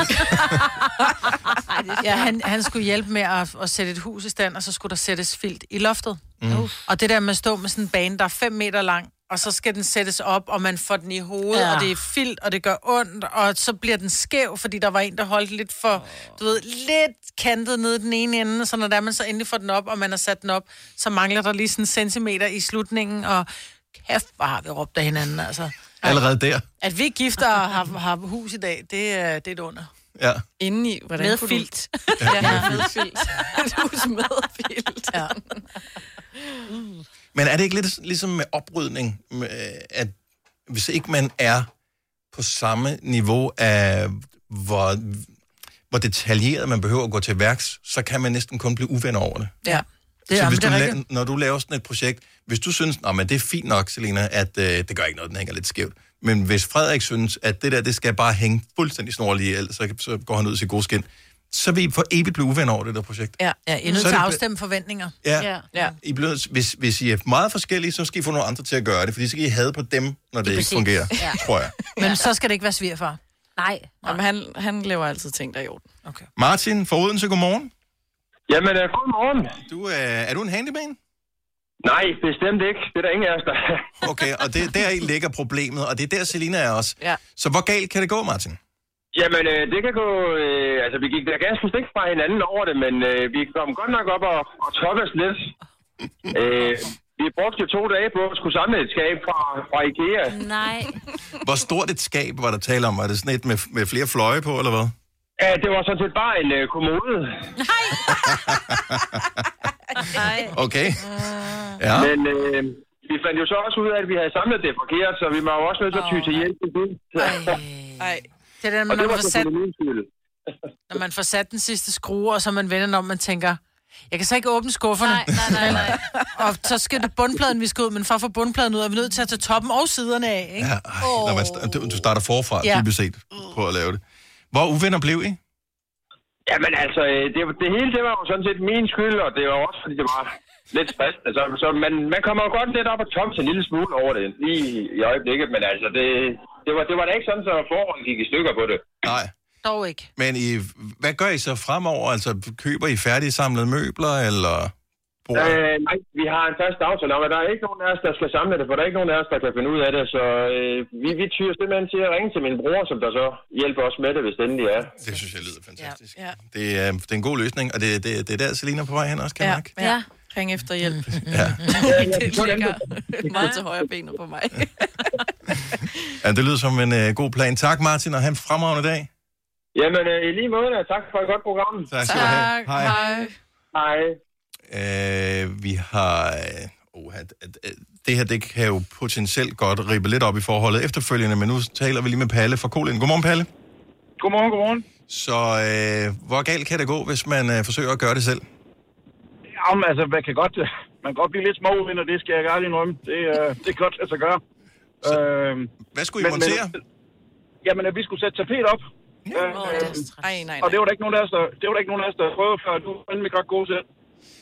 han skulle hjælpe med at sætte et hus i stand, og så skulle der sættes filt i loftet. Og det der med at stå med sådan en bane, der er 5 meter lang, og så skal den sættes op, og man får den i hovedet, og det er filt, og det gør ondt, og så bliver den skæv, fordi der var en, der holdt lidt for, lidt kantet ned den ene ende, så når man så endelig får den op, og man har sat den op, så mangler der lige sådan en centimeter i slutningen, og kæft, hvor har vi råbt af hinanden, altså. Allerede der. At vi gifter og har hus i dag, det er et under. Ja. Indeni, hvordan med filt. Med filt. Et hus med filt. Ja. Men er det ikke lidt ligesom med oprydning, at hvis ikke man er på samme niveau af, hvor detaljeret man behøver at gå til værks, så kan man næsten kun blive uvenner over det. Ja. Så hvis når du laver sådan et projekt, hvis du synes, men det er fint nok, Selina, at det gør ikke noget, den hænger lidt skævt. Men hvis Frederik synes, at det skal bare hænge fuldstændig snorlige, ellers så går han ud til god skin, så vil I for evigt blive uvenner over det der projekt. Ja, I er nødt til at afstemme forventninger. Ja. I bliver, hvis I er meget forskellige, så skal I få nogle andre til at gøre det, fordi så kan I hade på dem, når det ikke fungerer, tror jeg. Men så skal det ikke være svigerfar. Nej. Jamen, han laver altid ting, der er i orden. Okay. Martin fra Odense, godmorgen. Jamen, godmorgen. Er du en handyman? Nej, bestemt ikke. Det er der ingen af os, der... Okay, og der i ligger problemet, og det er der, Selina er også. Ja. Så hvor galt kan det gå, Martin? Jamen, det kan gå... altså, vi gik der ganske ikke fra hinanden over det, men vi kom godt nok op og toppes lidt. Vi brugte jo 2 dage på at skulle samle et skab fra IKEA. Nej. Hvor stort et skab var der tale om? Var det sådan et med flere fløje på, eller hvad? Ja, det var sådan set bare en kommode. Nej. Okay. Ja. Men vi fandt jo så også ud af, at vi havde samlet det forkert, så vi var jo også nødt til at ty til hjælp til det. Ej. Det er den, når man får sat den sidste skrue, og så man vender om, man tænker, jeg kan så ikke åbne skufferne. Nej. Og så skal det bundpladen, vi skal ud, men for at få bundpladen ud, er vi nødt til at tage toppen og siderne af, ikke? Ja, når du starter forfra, typisk set, på at lave det. Hvor uvenner blev I? Jamen altså, det hele, det var jo sådan set min skyld, og det var også, fordi det var lidt stressende. Så man kommer jo godt lidt op og toms en lille smule over det, lige i øjeblikket, men altså, det var da ikke sådan, så forhånden gik i stykker på det. Nej. Dog ikke. Men hvad gør I så fremover? Altså, køber I færdigsamlede møbler, eller... Nej, vi har en fast aftale om, at der er ikke nogen af os, der skal samle det, for der er ikke nogen af os, der kan finde ud af det, så vi tyrer simpelthen til at ringe til min bror, som der så hjælper os med det, hvis det endelig er. Det synes jeg lyder fantastisk. Ja. Det er en god løsning, og det er der, Selina på vej hen også, kan jeg mærke. Ja. Ring efter hjælp. Ja. Det ligger meget til højre benet på mig. Ja, det lyder som en god plan. Tak, Martin, og have en fremragende dag. Jamen, i lige måde, tak for et godt program. Tak skal du have. Hej. Hej. Vi har... det her, det kan jo potentielt godt ribe lidt op i forholdet efterfølgende, men nu taler vi lige med Palle fra Kolin. Godmorgen, Palle. Godmorgen. Så hvor galt kan det gå, hvis man forsøger at gøre det selv? Jamen, altså, man kan godt blive lidt småuvinder, det skal jeg gerne indrømme. Det er godt at så gøre. Hvad skulle I montere? Jamen, vi skulle sætte tapet op. Nej. Og det var der ikke nogen af os, der prøvede før. Du er fandme godt god til.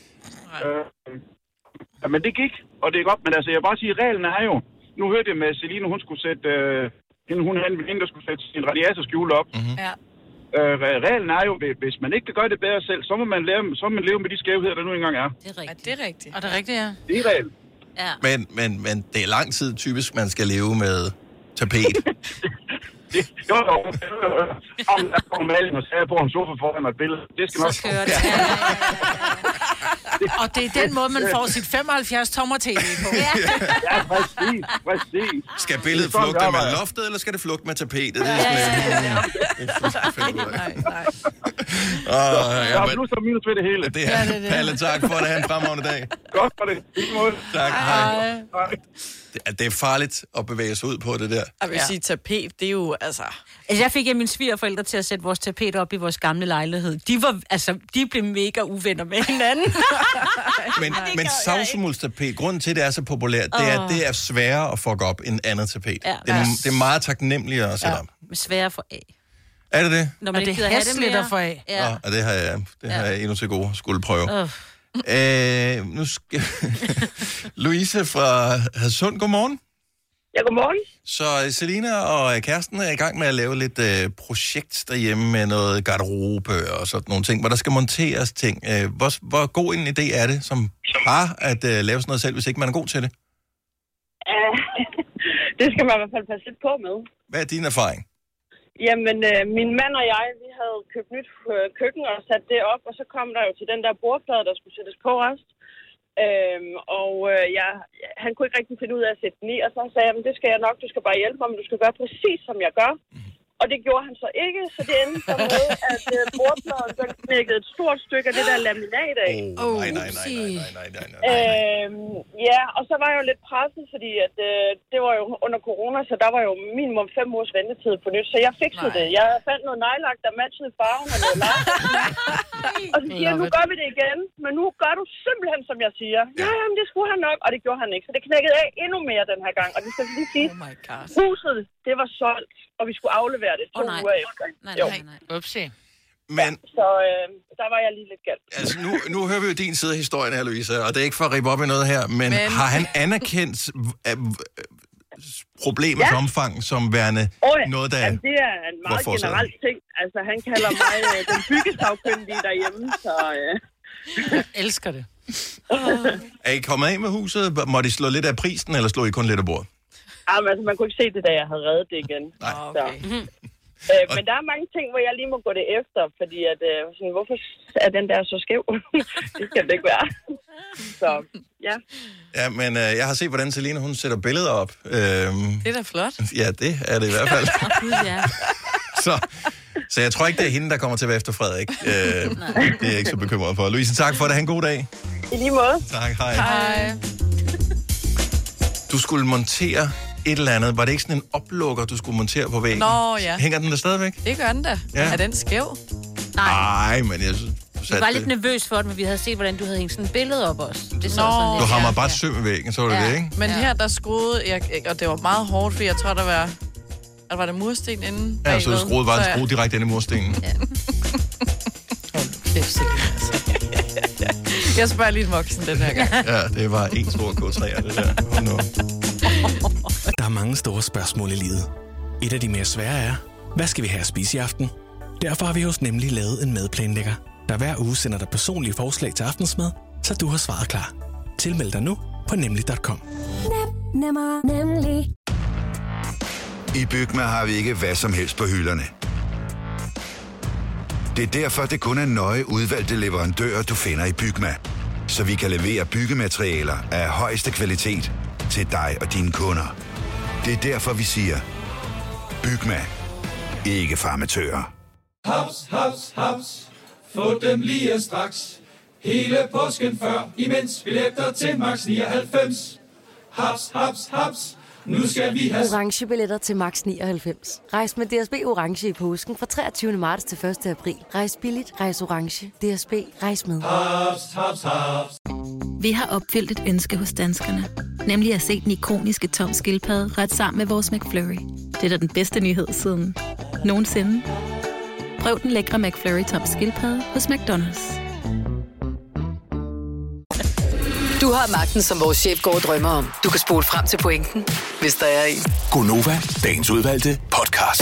Men det gik, og det er godt. Men altså, jeg vil bare sige, reglen er jo... Nu hørte jeg med Celine, hun skulle sætte... Hun havde en veninde, der skulle sætte sin radiatorskjul op. Mm-hmm. Ja. Reglen er jo, hvis man ikke kan gøre det bedre selv, så må man leve med de skævheder, der nu engang er. Det er rigtigt. Det er rigtigt. Og det er rigtigt, ja. Det er reglen. Ja. Men det er lang tid typisk, man skal leve med tapet. Jo. Om der kommer maling og sager på en sofa foran mig et billede. Det skal nok komme. Og det er den måde, man får sit 75-tommer tv på. Ja, præcis. Skal billedet flugte med loftet, eller skal det flugte med tapetet? Det er sådan Nej. Der er plus og minus ved det hele. Det er Palle, tak for det. Ha' en fremragende dag. Godt for det. Tak, hej. Det er farligt at bevæge sig ud på det der. Jeg vil sige, tapet, det er jo altså... Altså, jeg fik mine svigerforældre til at sætte vores tapet op i vores gamle lejlighed. De blev mega uvenner med hinanden. men savsumulstapet, grunden til, at det er så populært, det er sværere at fuck op end andet tapet. Ja, det er meget taknemmeligt at sætte op. Sværere for af. Er det det? Når man ikke gider have det mere. For af. Ja. Og det har jeg endnu til gode skulle prøve. Nu skal... Louise fra Hadsund, godmorgen. Ja, godmorgen. Så Selina og kæresten er i gang med at lave lidt projekt derhjemme med noget garderobe og sådan nogle ting, hvor der skal monteres ting. Hvor god en idé er det som par at lave sådan noget selv, hvis ikke man er god til det? Det skal man i hvert fald passe lidt på med. Hvad er din erfaring? Jamen, min mand og jeg, vi havde købt nyt køkken og sat det op, og så kom der jo til den der bordplade, der skulle sættes på os. Han kunne ikke rigtig finde ud af at sætte den i, og så sagde jeg, det skal jeg nok, du skal bare hjælpe mig, men du skal gøre præcis, som jeg gør. Og det gjorde han så ikke, så det endte så med, at bordpladen den knækkede et stort stykke af det der laminat af. Nej. Ja, og så var jeg jo lidt presset, fordi at, det var jo under corona, så der var jo minimum 5 ugers ventetid på nyt, så jeg fikset det. Jeg fandt noget nejlagt, der matchede farven og noget lagt. Og så siger jeg, nu gør vi det igen, men nu gør du simpelthen, som jeg siger. Ja, jamen, det skulle han nok, og det gjorde han ikke. Så det knækkede af endnu mere den her gang, og det skal lige sige, huset, det var solgt, og vi skulle aflevere det 2 uger efter. Nej. Upsi. Men, så der var jeg lige lidt galt. Altså, nu hører vi jo din side af historien her, Louise, og det er ikke for at rippe op i noget her, men har han anerkendt problemets omfang som værende noget, der... Jamen, det er en meget generelt ting. Altså, han kalder mig den byggesagkyndige derhjemme, så... Jeg elsker det. Er I kommet af med huset? Må de slå lidt af prisen, eller slå I kun lidt af bordet? Men altså, man kunne ikke se det, da jeg havde reddet det igen. Nej. Okay. Men der er mange ting, hvor jeg lige må gå det efter, fordi at, sådan, hvorfor er den der så skæv? Det skal det ikke være. Så, ja. Ja, men jeg har set, hvordan Selina, hun sætter billeder op. Det er da flot. Ja, det er det i hvert fald. Ja. Så jeg tror ikke, det er hende, der kommer til at være efter Frederik. Det er jeg ikke så bekymret for. Louise, tak for det. Ha' en god dag. I lige måde. Tak, hej. Hej. Du skulle montere et eller andet. Var det ikke sådan en oplukker, du skulle montere på væggen? Nå, ja. Hænger den der stadigvæk? Det gør den da. Ja. Er den skæv? Nej, men jeg synes... Vi var lidt nervøs for det, men vi havde set, hvordan du havde hængt sådan et billede op også. Det Du hammer bare søm i væggen, så var det det, ikke? Men her, der skruede jeg, og det var meget hårdt, for jeg tror, der var der mursten inde bagved. Ja, så du skruede bare en skrue direkte ind i murstenen. Ja. Jeg spørger lige en voksen den her gang. Ja, det var en stor K3'er, det der. Oh, no. Der er mange store spørgsmål i livet. Et af de mere svære er, hvad skal vi have at spise i aften? Derfor har vi hos Nemlig lavet en madplanlægger, der hver uge sender dig personlige forslag til aftensmad, så du har svaret klar. Tilmeld dig nu på nemlig.com. Nemlig. I Bygma har vi ikke hvad som helst på hylderne. Det er derfor, det kun er nøje udvalgte leverandører, du finder i Bygma. Så vi kan levere byggematerialer af højeste kvalitet til dig og dine kunder. Det er derfor, vi siger, Bygma. Ikke farmatører. Haps, haps, haps. Få dem lige straks. Hele påsken før, imens billetter til max 99. Haps, haps, haps. Nu skal vi have Orange billetter til max 99. Rejs med DSB Orange i påsken fra 23. marts til 1. april. Rejs billigt, rejs orange. DSB, rejs med. haps, haps, haps. Vi har opfyldt et ønske hos danskerne. Nemlig at se den ikoniske Tom Skildpadde ret sammen med vores McFlurry. Det er da den bedste nyhed siden nogensinde. Prøv den lækre McFlurry Tom Skildpadde hos McDonald's. Du har magten, som vores chef går og drømmer om. Du kan spole frem til pointen, hvis der er en. Gonova, dagens udvalgte podcast.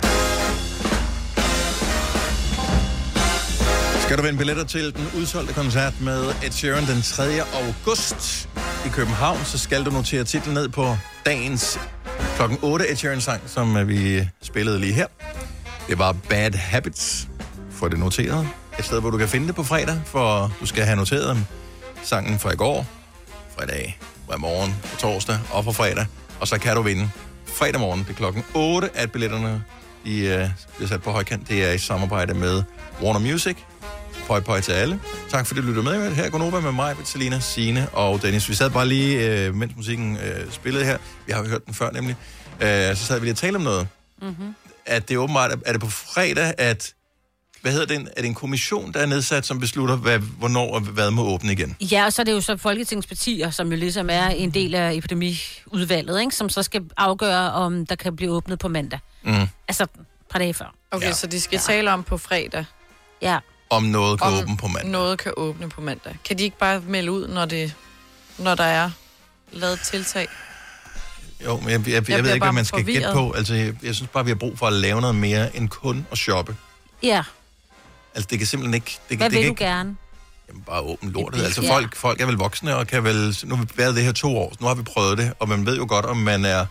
Skal du vinde billetter til den udsolgte koncert med Ed Sheeran den 3. august i København, så skal du notere titlen ned på dagens klokken 8 Ed Sheeran-sang, som vi spillede lige her. Det var Bad Habits. Få det noteret. Et sted, hvor du kan finde det på fredag, for du skal have noteret sangen fra i går, fredag, fra i morgen, på torsdag og på fredag. Og så kan du vinde fredag morgen. Det er klokken 8, at billetterne bliver sat på højkant. Det er i samarbejde med Warner Music. Pøj til alle. Tak fordi du lyttede med her. Gonova med mig, Selina, Signe og Dennis. Vi sad bare lige, mens musikken spillede her. Vi har jo hørt den før nemlig. Så sad vi lige og talte om noget. Mm-hmm. At det er åbenbart, er det på fredag, at hvad hedder det? Er det en kommission, der er nedsat, som beslutter, hvornår og hvad må åbne igen? Ja, og så er det jo så Folketingspartier, som jo ligesom er en del af epidemiudvalget, ikke? Som så skal afgøre, om der kan blive åbnet på mandag. Mm. Altså et par dage før. Okay, så de skal tale om på fredag. Ja. Om noget kan åbne på mandag. Noget kan åbne på mandag. Kan de ikke bare melde ud, når der er lavet tiltag? Jo, men jeg ved ikke, hvad man skal gætte på. Altså, jeg synes bare, vi har brug for at lave noget mere end kun at shoppe. Ja. Altså, det kan simpelthen ikke... Hvad vil du gerne? Jamen, bare åbne lortet. Altså, folk er vel voksne og kan vel... Nu har vi været det her 2 år, nu har vi prøvet det, og man ved jo godt, om man er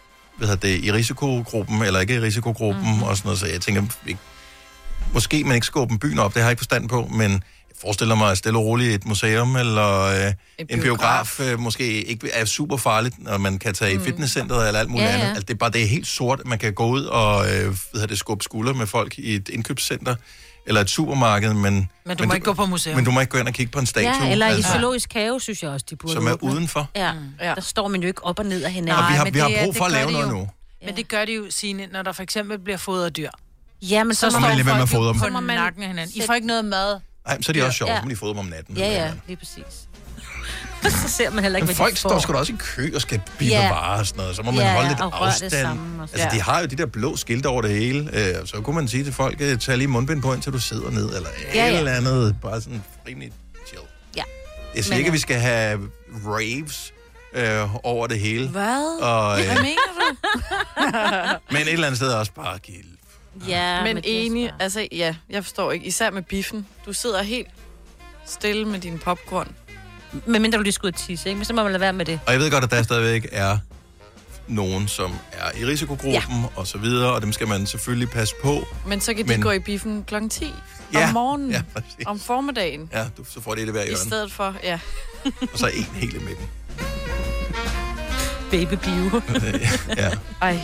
i risikogruppen eller ikke i risikogruppen og sådan noget. Så jeg tænker, måske man ikke skal åbne byen op, det har jeg ikke forstand på, men jeg forestiller mig at stille og roligt et museum eller en biograf måske ikke er super farligt, når man kan tage i fitnesscenteret eller alt muligt andet. Altså, det er helt sort, man kan gå ud og skubbe skulder med folk i et indkøbscenter eller et supermarked, men du må ikke gå på museum. Men du må ikke gå ind og kigge på en statue. Ja, eller i zoologisk have, synes jeg også, de burde som er udenfor. Ja, der står man jo ikke op og ned af hinanden. Og vi har brug for at lave noget nu. Men det gør de jo, Signe, når der for eksempel bliver fodret dyr. Ja, men så står folk jo på nakken af hinanden. I får ikke noget mad. Nej, så er de også sjovt, men de fodrer dem om natten. Ja, lige præcis. Så ser man heller ikke, men folk står sgu da også i kø og skal bippe varer og sådan noget. Så må man holde lidt afstand. Altså, de har jo de der blå skilte over det hele. Så kunne man sige til folk, tag lige mundbind på, indtil du sidder ned, eller et eller andet. Bare sådan rimelig chill. Ja. Jeg siger ikke, at vi skal have raves over det hele. Hvad? Hvad mener du? Men et eller andet sted også bare gild. Ja, men enig, altså ja, jeg forstår ikke, især med biffen. Du sidder helt stille med din popcorn. Men mindre du lige skulle tisse, ikke? Men så må man lade være med det. Og jeg ved godt, at der stadigvæk er nogen, som er i risikogruppen og så videre, og dem skal man selvfølgelig passe på. Men så kan de gå i biffen kl. 10 om morgenen, om formiddagen. Ja, så får det det hver hjørne. I stedet for, ja. Og så en helt i midten. Babybio. Ja. Ej.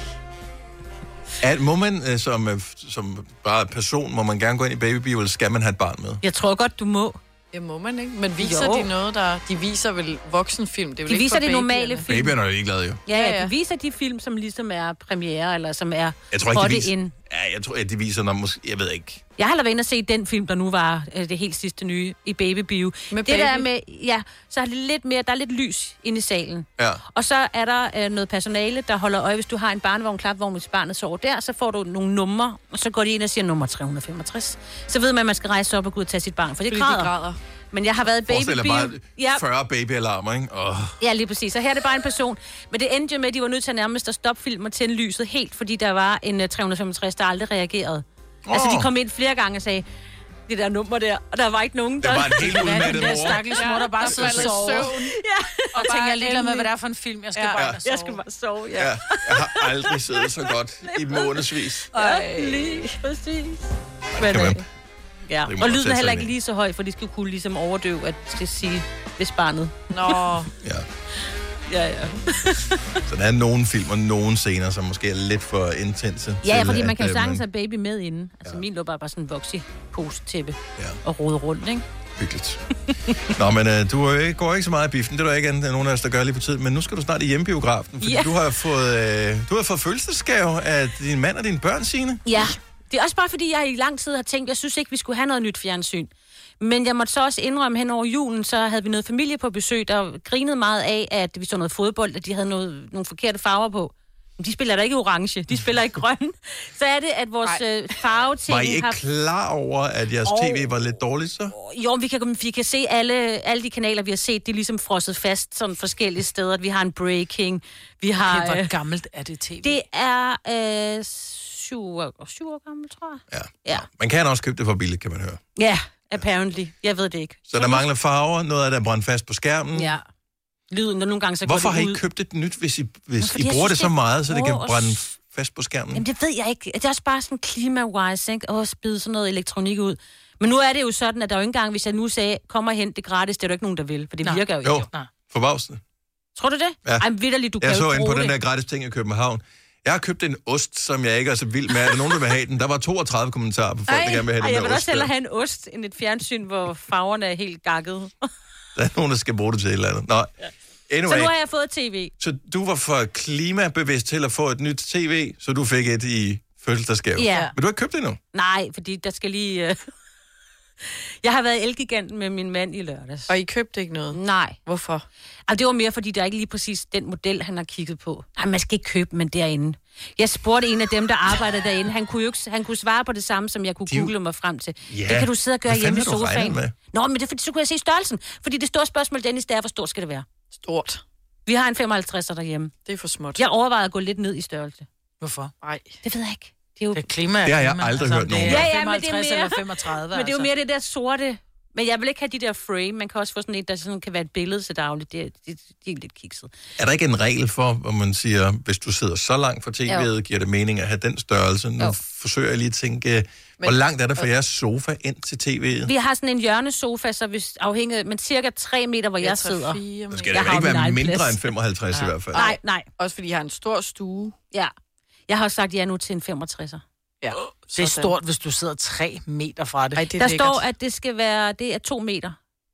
Må man som bare person, må man gerne gå ind i babybio, eller skal man have et barn med? Jeg tror godt, du må. Det må man ikke. Men viser de noget, der... De viser vel voksenfilm? Det er vel de ikke viser de normale film. Babyerne er jo ikke glade, jo. Ja, de viser de film, som ligesom er premiere, eller som er jeg tror ikke, de viser... Ja, jeg tror, at de viser, når måske... Jeg ved ikke. Jeg har lavet ind og se den film, der nu var det helt sidste nye i babybio. Det baby. Der er med... Ja, så er det lidt mere... Der er lidt lys inde i salen. Ja. Og så er der noget personale, der holder øje. Hvis du har en barnevogn, klapvogn, hvis barnet sover der, så får du nogle numre, og så går de ind og siger nummer 365. Så ved man, at man skal rejse op og gå ud og tage sit barn, for det græder. Men jeg har været i babybio. Bare 40 babyalarmer, ikke? Ja, lige præcis. Så her er det bare en person. Men det endte jo med, at de var nødt til nærmest at stoppe filmen og tænde lyset helt, fordi der var en 365, der aldrig reagerede. Altså, de kom ind flere gange og sagde, det der nummer der, og der var ikke nogen, der... Der var en helt udmattet mor. Den stakkels mor, der bare sidder og sover. Og tænker, jeg ligeglad med, hvad det er for en film. Jeg skal bare sove. Jeg skal bare sove, ja. Jeg har aldrig siddet så godt i månedsvis. Ja, lige præcis. Men, ja, og lyden er heller ikke lige så høj, for de skal kunne ligesom overdøve, at skal sige, hvis barnet. Nå. Ja. Så der er nogle film og nogle scener, som måske er lidt for intense. Ja, fordi man kan jo sagtens have baby med inden. Altså min lå bare sådan en voksy-pose-tæppe og rode rundt, ikke? Hyggeligt. Nå, men du går ikke så meget i biffen. Det er der ikke andet, nogen af os, der gør lige på tid. Men nu skal du snart i hjemmebiografen, fordi du har fået fødselsdagsgave af din mand og dine børn, Signe. Ja. Det er også bare, fordi jeg i lang tid har tænkt, jeg synes ikke, vi skulle have noget nyt fjernsyn. Men jeg måtte så også indrømme, hen over julen, så havde vi noget familie på besøg, der grinede meget af, at vi så noget fodbold, at de havde nogle forkerte farver på. Men de spiller da ikke orange, de spiller ikke grøn. Så er det, at vores farveting... Var I ikke klar over, at jeres tv var lidt dårligt så? Jo, vi kan se alle de kanaler, vi har set, de er ligesom frosset fast sådan forskellige steder. Vi har en breaking, vi har... Hvor gammelt er det tv? Det er 7 år gammel, tror jeg. Ja. Man kan også købe det for billigt, kan man høre. Ja, apparently. Jeg ved det ikke. Så der mangler farver, noget af det er brændt fast på skærmen. Ja. Lyden, og nogle gange så hvorfor går det ud. har I købt et nyt, hvis I bruger det så meget, så det kan brænde fast på skærmen? Jamen, det ved jeg ikke. Det er også bare sådan klima-wise, ikke? Og spide sådan noget elektronik ud. Men nu er det jo sådan, at der er jo ikke engang, hvis jeg nu sagde, kom og hent det gratis, det er jo ikke nogen, der vil, for det virker jo ikke. Jo, forbavsende. Tror du det? Ja. Ej, vitterligt, du kan jeg jo så ikke ind på bruge den der gratis ting i København. Jeg har købt en ost, som jeg ikke er så vild med. Er der nogen, der vil have den? Der var 32 kommentarer på folk, der gerne vil have den der ost. Jeg vil også hellere have en ost end et fjernsyn, hvor farverne er helt gakket. Der er nogen, der skal bruge det til et eller andet. Nå, anyway. Så nu har jeg fået tv. Så du var for klimabevidst til at få et nyt tv, så du fik et i fødselsdagsgave. Ja. Men du har ikke købt det endnu? Nej, fordi der skal lige... Jeg har været Elgiganten med min mand i lørdags. Og I købte ikke noget? Nej. Hvorfor? Altså, det var mere, fordi der er ikke lige præcis den model, han har kigget på. Nej, man skal ikke købe, men derinde. Jeg spurgte en af dem, der arbejder derinde. Han kunne svare på det samme, som jeg kunne google mig frem til. Ja. Det kan du sidde og gøre hjemme i sofaen. Med? Nå, men det er fordi, så kunne jeg se størrelsen. Fordi det store spørgsmål, Dennis, det er, hvor stort skal det være? Stort. Vi har en 55'er derhjemme. Det er for småt. Jeg overvejede at gå lidt ned i størrelse. Hvorfor? Nej. Det ved jeg ikke. Det er jo... Det klima. Det har jeg aldrig hørt nogen. Ja, men det er mere... eller 35. Men det er jo mere det der sorte... Men jeg vil ikke have de der frame. Man kan også få sådan et, der sådan kan være et billede til dagligt. Det er lidt kikset. Er der ikke en regel for, hvor man siger, hvis du sidder så langt fra tv'et, giver det mening at have den størrelse? Nu forsøger jeg lige at tænke, hvor langt er det fra jeres sofa ind til tv'et? Vi har sådan en hjørnesofa, så hvis afhængig, men cirka 3 meter, hvor jeg sidder. Så skal det ikke være mindre end 55 i hvert fald. Nej. Også fordi jeg har en stor stue. Ja. Jeg har sagt ja nu til en 65'er. Ja. Det er stort, hvis du sidder 3 meter fra det. Ej, det der står, at det skal være, det er 2 meter.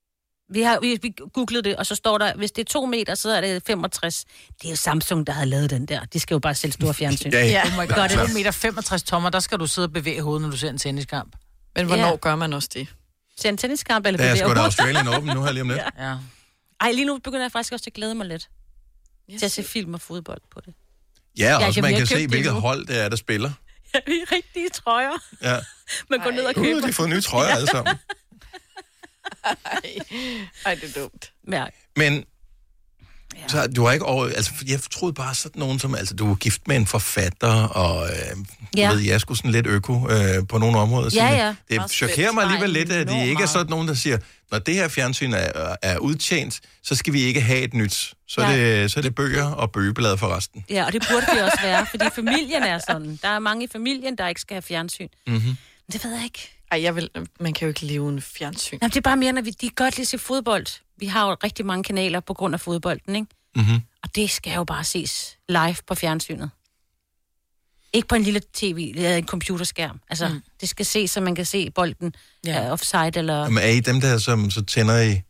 Vi googlede det, og så står der, hvis det er 2 meter, så er det 65. Det er jo Samsung, der har lavet den der. De skal jo bare sælge store fjernsyn. Ja. Oh my God, det er 1,65 meter tommer, der skal du sidde og bevæge hovedet, når du ser en tenniskamp. Men hvornår gør man også det? Ser en tenniskamp eller bevæge hovedet? Der er sgu da Australian Open nu her lige om lidt. Ja. Ej, lige nu begynder jeg faktisk også at glæde mig lidt. Til at se film og fodbold på det. Ja, også man kan se, hvilket hold det er, der spiller. Ja, de rigtige trøjer. Ja. Man går ned og køber. De har fået nye trøjer alle sammen. Ej, det er dumt. Ja. Men Så du har ikke altså, jeg troede bare sådan nogen som, altså du er gift med en forfatter, og jeg er sgu sådan lidt på nogle områder. Ja. Det chokerer mig alligevel lidt, at de ikke er sådan nogen, der siger, når det her fjernsyn er udtjent, så skal vi ikke have et nyt. Så er det bøger og bøgeblad for resten. Ja, og det burde det også være, fordi familien er sådan. Der er mange i familien, der ikke skal have fjernsyn. Mm-hmm. Det ved jeg ikke. Ej, man kan jo ikke leve uden fjernsyn. Jamen, det er bare mere, når de kan godt lide at se fodbold. Vi har jo rigtig mange kanaler på grund af fodbolden, ikke? Mm-hmm. Og det skal jo bare ses live på fjernsynet. Ikke på en lille tv eller en computerskærm. Altså, det skal ses, så man kan se bolden offside eller... Men er I dem der, som så tænder I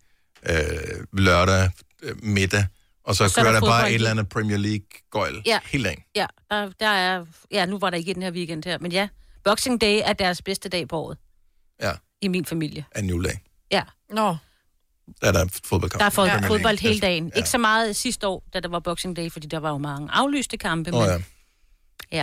lørdag middag, og så kører der bare et eller andet Premier League-gøjl hele dagen? Ja, der er... Ja, nu var der ikke den her weekend her, men ja. Boxing Day er deres bedste dag på året. Ja. I min familie. En juledag. Ja. Nå. Der er fodboldkamp. Der er fodbold hele dagen. Ja. Ikke så meget sidste år, da der var Boxing Day, fordi der var jo mange aflyste kampe. Men... Ja.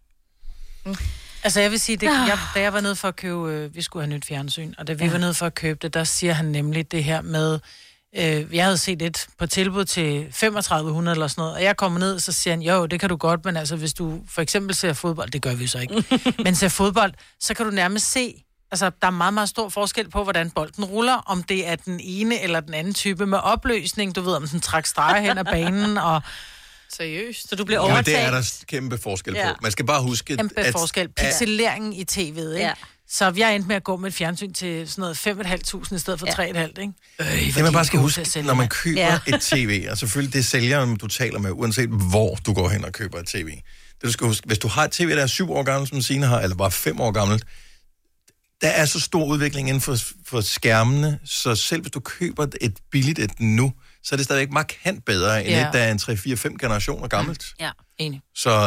Altså jeg vil sige, da jeg var nede for at købe, vi skulle have nyt fjernsyn, og da vi var nede for at købe det, der siger han nemlig det her med, jeg havde set et på tilbud til 3500 eller sådan noget, og jeg kommer ned, så siger han, jo, det kan du godt, men altså hvis du for eksempel ser fodbold, det gør vi så ikke, men ser fodbold, så kan du nærmest se, altså der er meget, meget stor forskel på, hvordan bolden ruller, om det er den ene eller den anden type med opløsning, du ved, om den trækker streger hen ad banen, og... Seriøst? Så du bliver overtaget. Men det er der kæmpe forskel på. Man skal bare huske, kæmpe forskel. Pixeleringen i tv'et, ikke? Ja. Så jeg endte med at gå med et fjernsyn til sådan noget 5.500 i stedet for 3.500, ikke? Det man bare skal huske, når man køber et tv, og selvfølgelig det er sælgeren, du taler med, uanset hvor du går hen og køber et tv. Det du skal huske, hvis du har et tv, der er 7 år gammelt, som Signe har, eller bare 5 år gammelt, der er så stor udvikling inden for skærmene, så selv hvis du køber et billigt et nu, så er det stadigvæk markant bedre, end et, der er en 3-4-5 generationer gammelt. Ja, enig.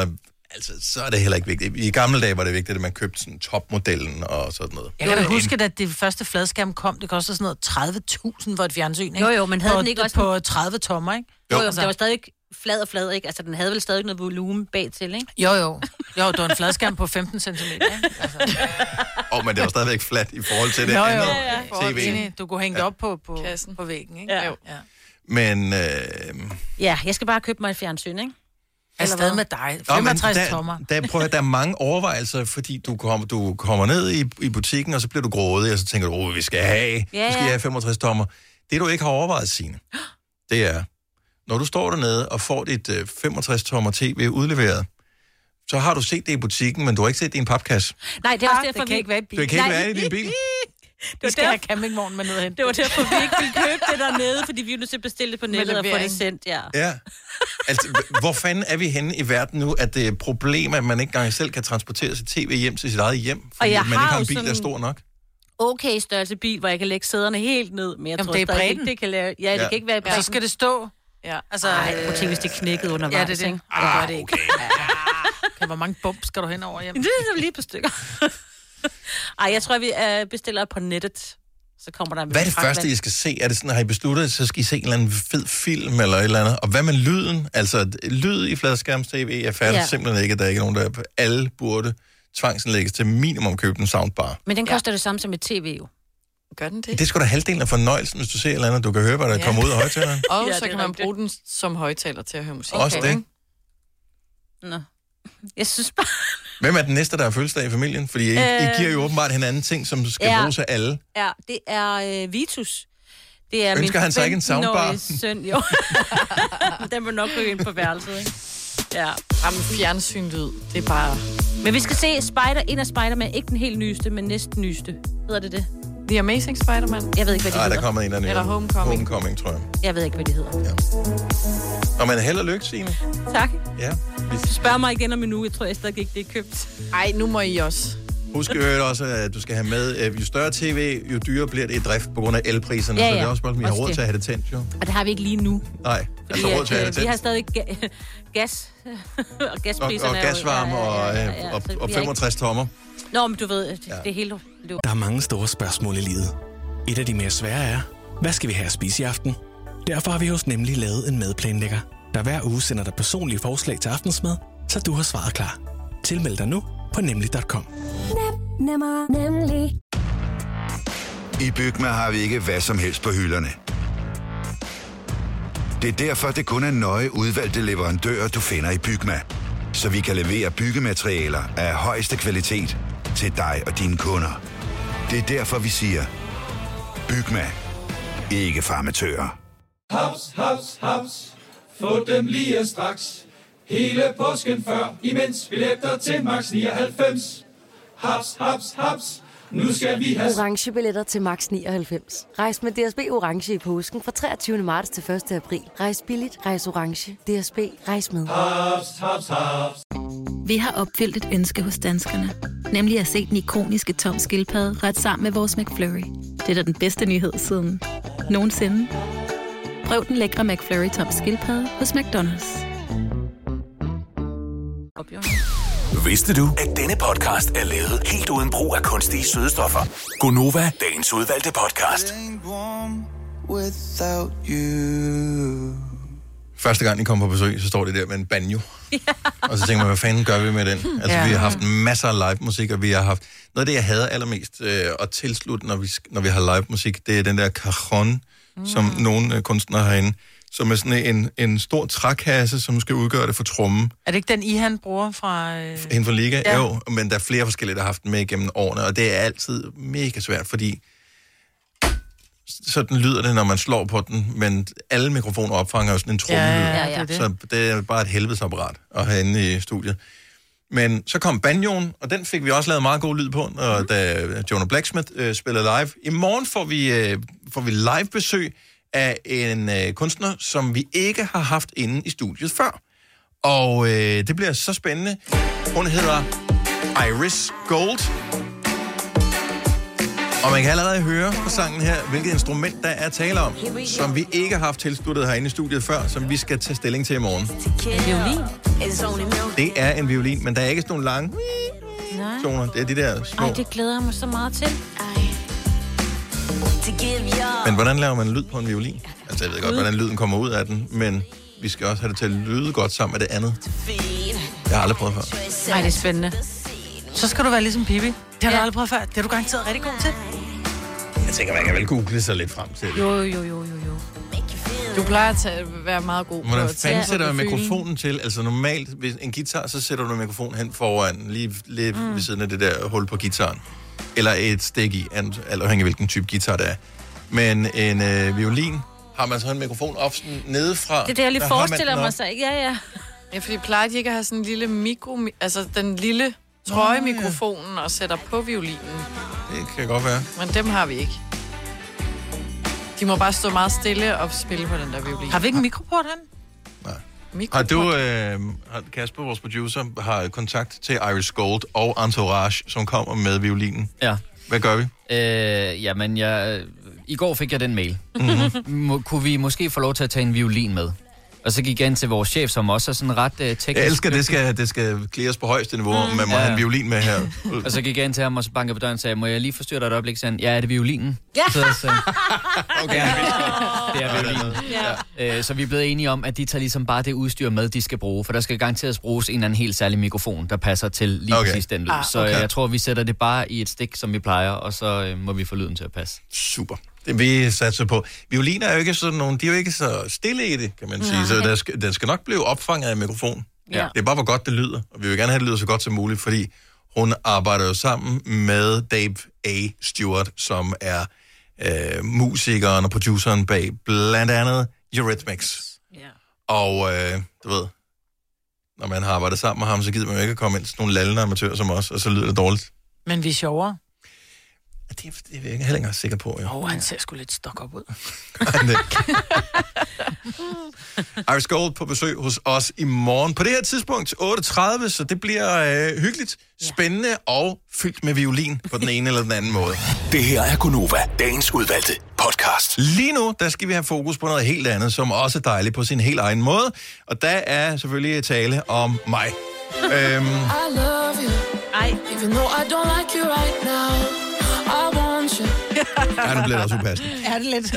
Så er det heller ikke vigtigt. I gamle dage var det vigtigt, at man købte sådan topmodellen og sådan noget. Jeg kan da huske, at det første fladskærm kom, det kostede sådan noget 30.000 for et fjernsyn, ikke? Jo, men havde den ikke også... På 30 tommer, ikke? Jo, altså, det var stadig flad, ikke? Altså, den havde vel stadig noget volumen bag til, ikke? Jo, det var en fladskærm på 15 cm, ikke? Altså. Men det var stadigvæk flat i forhold til det andet tv. Du kunne hænge det op på kassen på væggen, ikke? Ja. Men... Ja, jeg skal bare købe mig et fjernsyn, ikke? Jeg er stadig med dig. 65 tommer. Der er mange overvejelser, fordi du kommer ned i butikken, og så bliver du grådig, og så tænker du, vi skal have 65 tommer. Det du ikke har overvejet, Signe, det er, når du står dernede og får dit 65 tommer tv udleveret, så har du set det i butikken, men du har ikke set det i en papkasse. Nej, det er også derfor, det kan ikke være i bilen. Det kan ikke være i din bil. Vi skal have campingvognen med ned hen. Det var derfor, vi ikke ville købe det dernede, fordi vi er nødt til at bestille det på nettet og få det sendt, Ja. Altså, hvor fanden er vi henne i verden nu, at det er et problem, at man ikke engang selv kan transportere sit tv hjem til sit eget hjem, fordi man ikke har en bil, der er stor nok? Okay størrelse bil, hvor jeg kan lægge sæderne helt ned, men jeg tror stadig ikke, det kan lave... Ja, det kan ikke være i bredden. Så skal det stå. Ja. Altså, prøv at tænke, hvis det er knækket undervejs. Ja, det er det. Det gør det ikke. Okay, hvor mange bump skal du hen over hjem? Det er lige et par stykker. Jeg tror, vi bestiller på nettet. Så kommer der... Hvad er det første, I skal se? Er det sådan, har I besluttet, så skal I se en eller anden fed film eller et eller andet? Og hvad med lyden? Altså, lyd i fladskærms-tv, jeg fatter simpelthen ikke, at der ikke er nogen, der alle burde tvangsindlægges til minimum købe en soundbar. Men den koster det samme som et tv, jo. Gør den det? Det er sgu da halvdelen af fornøjelsen, hvis du ser et eller andet, du kan høre, hvad der kommer ud af højtaleren. Og så kan man bruge den som højtaler til at høre musik. Også det. Nå. Jeg synes bare... Hvem er den næste, der har fødselsdag i familien? Fordi I giver jo åbenbart hinanden ting, som skal bruges af alle. Ja, det er Vitus. Det er ønsker han så ikke en soundbar? Søn, jo. Den må nok gå ind på værelset, ikke? Ja. Jamen, fjernsynlyd, det er bare... Men vi skal se en af Spider-Man, ikke den helt nyeste, men næsten nyeste. Hedder det det? The Amazing Spider-Man? Jeg ved ikke, hvad det hedder. Nej, der kommer en af nye. Eller Homecoming, tror jeg. Jeg ved ikke, hvad det hedder. Ja. Og man held og lykke, Signe. Tak. Ja. Spørg mig igen om en uge. Jeg tror, jeg stadig ikke, det er købt. Ej, nu må I også. Husk også, at du skal have med, jo større tv, jo dyrere bliver det i drift på grund af elpriserne. Ja, så det er også spørgsmål, vi har råd til at have det tændt, jo. Og det har vi ikke lige nu. Nej, altså råd til at have det tændt. Vi har stadig gas, og gaspriserne og gasvarme og 65 tommer. Nå, men du ved, det er helt... Der er mange store spørgsmål i livet. Et af de mere svære er, hvad skal vi have at spise i aften? Derfor har vi hos Nemlig lavet en madplanlægger, der hver uge sender dig personlige forslag til aftensmad, så du har svaret klar. Tilmeld dig nu på nemlig.com. Nemlig. I Bygma har vi ikke hvad som helst på hylderne. Det er derfor, det kun er nøje udvalgte leverandører, du finder i Bygma. Så vi kan levere byggematerialer af højeste kvalitet til dig og dine kunder. Det er derfor, vi siger, Bygma. Ikke farmatører. Haps, haps, haps. Få dem lige straks. Hele påsken før, imens billetter til max 99. Haps, haps, haps. Nu skal vi have Orange billetter til max 99. Rejs med DSB Orange i påsken fra 23. marts til 1. april. Rejs billigt, rejs orange. DSB, rejs med. haps, haps, haps. Vi har opfyldt et ønske hos danskerne. Nemlig at se den ikoniske Tom Skildpadde ret sammen med vores McFlurry. Det er da den bedste nyhed siden nogensinde. Prøv den lækre McFlurry Tom Skildpadde hos McDonald's. Vidste du, at denne podcast er lavet helt uden brug af kunstige sødestoffer? Gonova, dagens udvalgte podcast. Første gang, I kommer på besøg, så står det der med en banjo. Og så tænker man, hvad fanden gør vi med den? Altså, vi har haft masser af live musik, og vi har haft... Noget af det, jeg hader allermest at tilslutte, når vi har live musik, det er den der cajon, som nogle kunstnere har inde, som er sådan en stor trækasse, som skal udgøre det for trommen. Er det ikke den, han bruger fra... Inden for Liga? Ja. Jo, men der er flere forskellige, der har haft den med igennem årene, og det er altid mega svært, fordi sådan lyder det, når man slår på den, men alle mikrofoner opfanger jo sådan en trommelyd. Ja. Så det er bare et helvedesapparat at have inde i studiet. Men så kom banjoen, og den fik vi også lavet meget god lyd på, da Jonah Blacksmith spillede live. I morgen får vi live besøg af en kunstner, som vi ikke har haft inde i studiet før. Og det bliver så spændende. Hun hedder Iris Gold. Og man kan allerede høre på sangen her, hvilket instrument der er tale om, som vi ikke har haft tilsluttet herinde i studiet før, som vi skal tage stilling til i morgen. En violin? Det er en violin, men der er ikke sådan nogle lange toner. Det er de der små. Ej, det glæder jeg mig så meget til. Men hvordan laver man lyd på en violin? Altså, jeg ved godt, hvordan lyden kommer ud af den, men vi skal også have det til at lyde godt sammen med det andet. Jeg har aldrig prøvet før. Nej, det er spændende. Så skal du være ligesom Pippi. Det har du aldrig prøvet før. Det er du garanteret rigtig god til. Jeg tænker, man kan vel google sig lidt frem til det. Jo. Du plejer at være meget god på hvordan at tage fanden sætter du mikrofonen til? Altså normalt, hvis en guitar, så sætter du mikrofonen hen foran, lige ved siden af det der hul på guitaren. Eller et stik i, alt afhængig af hvilken type guitar det er. Men en violin, har man så en mikrofon op sådan nedefra? Det er det, jeg lige forestiller mig så. Ja. Ja, fordi plejer de ikke at have sådan en lille altså den lille trøjemikrofonen og sætter på violinen. Det kan godt være. Men dem har vi ikke. De må bare stå meget stille og spille på den der violin. Har vi ikke en mikroport hen? Nej. Har du, Kasper, vores producer, har kontakt til Iris Gold og Entourage, som kommer med violinen? Ja. Hvad gør vi? Jamen, i går fik jeg den mail. Mm-hmm. Kunne vi måske få lov til at tage en violin med? Og så gik jeg ind til vores chef, som også er sådan ret teknisk. Jeg elsker, det skal clears på højeste niveau, man må have en violin med her. Og så gik jeg ind til ham, og så bankede på døren og sagde, må jeg lige forstyrre dig et øjeblik? Så han, ja, er det violinen? Ja. Så okay, det er violinen. Ja. Så vi er blevet enige om, at de tager ligesom bare det udstyr med, de skal bruge. For der skal garanteret bruges en eller anden helt særlig mikrofon, der passer til lige præcis den lyd. Så jeg tror, vi sætter det bare i et stik, som vi plejer, og så må vi få lyden til at passe. Super. Det vi satser på. Violiner er jo ikke sådan nogle, de er jo ikke så stille i det, kan man sige. Så den skal nok blive opfanget af mikrofon. Ja. Det er bare, hvor godt det lyder. Og vi vil gerne have, det lyder så godt som muligt, fordi hun arbejder jo sammen med Dave A. Stewart, som er musikeren og produceren bag blandt andet Eurythmics. Ja. Og du ved, når man har arbejdet sammen med ham, så gider man jo ikke at komme ind til nogle lallende amatører som os, og så lyder det dårligt. Men vi er sjovere. Det er jeg ikke heller engang sikker på. Han ser sgu lidt stok op ud. Iris Gold på besøg hos os i morgen. På det her tidspunkt 8.30, så det bliver hyggeligt, spændende og fyldt med violin på den ene eller den anden måde. Det her er Gonova, dagens udvalgte podcast. Lige nu, der skal vi have fokus på noget helt andet, som også er dejligt på sin helt egen måde. Og der er selvfølgelig tale om mig. I love you. Even though I don't like you right now. I want you. Ja, nu bliver det også upassende. Er det lidt?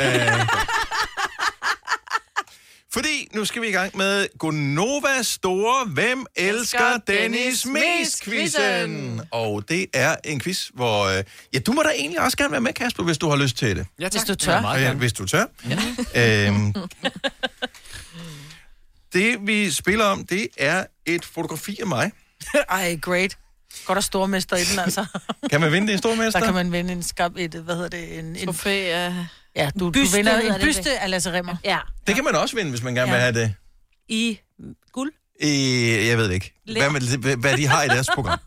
Fordi nu skal vi i gang med Gonovas store Hvem elsker Dennis mest quizzen. Og det er en quiz, hvor... du må da egentlig også gerne være med, Kasper, hvis du har lyst til det. Ja, hvis du tør. Hvis du tør. Ja. det vi spiller om, det er et fotografi af mig. Ej, great. Godt at stormester i den, altså. Kan man vinde det i stormester? Der kan man vinde en en trofæ af... Ja, du Byste, vinder hedder en det. byste af Lasse Rimmer. Ja. Det kan man også vinde, hvis man gerne vil have det. I guld? Jeg ved det ikke. Hvad de har i deres program.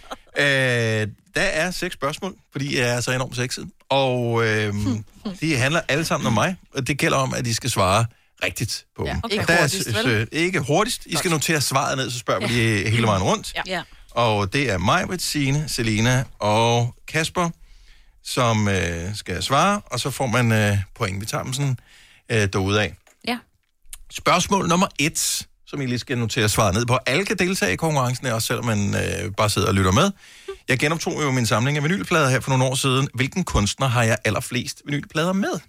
Der er 6 spørgsmål, fordi jeg er så enormt sexet. Og de handler alle sammen om mig. Og det gælder om, at de skal svare rigtigt på dem. Okay. Ikke hurtigst, vel? Ikke hurtigst. I skal notere svaret ned, så spørger vi de hele vejen rundt. Ja. Og det er mig, Signe, Selina og Kasper, som skal svare. Og så får man point. Vi tager dem sådan derudad. Ja. Spørgsmål nummer 1, som I lige skal notere svaret ned på. Alle kan deltage i konkurrencen, også selvom man bare sidder og lytter med. Jeg genoptog jo min samling af vinylplader her for nogle år siden. Hvilken kunstner har jeg allerflest vinylplader med?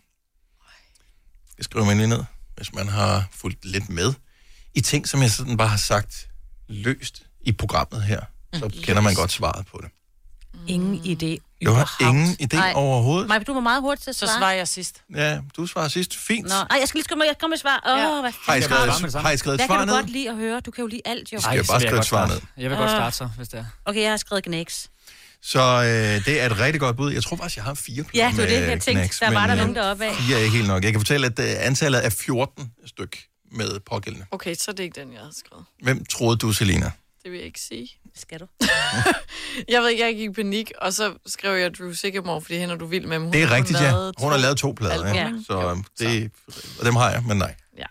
Jeg skriver mig lige ned, hvis man har fulgt lidt med i ting, som jeg sådan bare har sagt løst i programmet her. Så kender man godt svaret på det. Ingen idé. Du har ingen idé overhovedet? Maja, du var meget hurtigt til at svare. Så svarer jeg sidst. Ja, du svarer sidst. Fint. Nå, jeg skal lige komme med svar. Hvad Har I skrevet Hvad svar ned? kan du godt lide at høre? Du kan jo lide alt, jo. Skal jeg bare skrive svar ned? Jeg vil godt starte så, hvis det er. Okay, jeg har skrevet Knæks. Så det er et rigtig godt bud. Jeg tror faktisk, jeg har 4 plader Ja, det var det, jeg tænkte. Knacks, Der var men, der nogen deroppe af. 4 er ikke helt nok. Jeg kan fortælle, at antallet er 14 styk med pågældende. Okay, så er det ikke den, jeg havde skrevet. Hvem troede du, Selina? Det vil jeg ikke sige. Skal du? Jeg ved ikke, jeg gik i panik, og så skrev jeg Drew Sigamore, fordi hende er du vild med ham. Det er rigtigt, ja. Hun har lavet 2 plader, ja. album, Så det, og dem har jeg, men nej. Ja.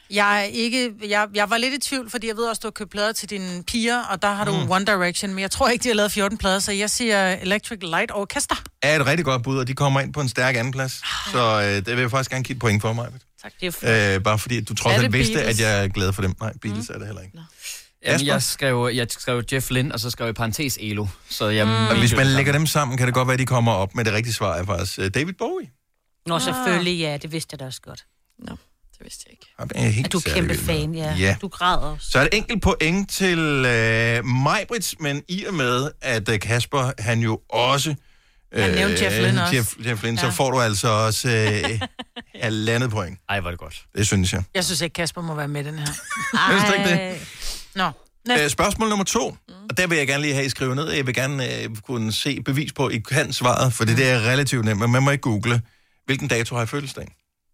Jeg var lidt i tvivl, fordi jeg ved også, du har købt plader til dine piger, og der har du One Direction, men jeg tror ikke, de har lavet 14 plader, så jeg siger Electric Light Orchestra. Er et rigtig godt bud, og de kommer ind på en stærk andenplads. Så det vil jeg faktisk gerne give et point for mig. Tak, det er bare fordi du trods alt vidste, at jeg er glad for dem. Nej, Beatles er det heller ikke. Jamen, jeg skrev Jeff Lynne, og så skrev jeg parentes Elo. Så jeg og hvis man lægger dem sammen, kan det godt være, at de kommer op med det rigtige svar, er faktisk David Bowie. Nå, selvfølgelig, ja, det vidste jeg da også godt. Nå, det vidste jeg ikke. Er du er kæmpe fan, ja. Du græder også. Så er det enkelt point til Majbrits, men i og med, at Kasper, han jo også... Han nævnte Jeff Lynne også. Jeff Lynne, så får du altså også halvandet point. Ej, var det godt. Det synes jeg. Jeg synes ikke, Kasper må være med den her. Synes du ikke det? Nå. Spørgsmål nummer 2. Og der vil jeg gerne lige have I skrevet ned. Jeg vil gerne kunne se bevis på, at I kan svaret, for det er relativt nemt, men man må ikke google. Hvilken dato har I fødselsdag?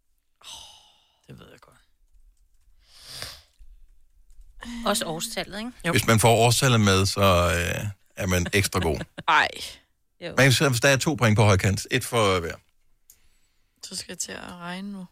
Det ved jeg godt. Også årstallet, ikke? Jo. Hvis man får årstallet med, så er man ekstra god. Ej. Men hvis der er 2 point på højkant, 1 for hver. Så skal jeg til at regne nu.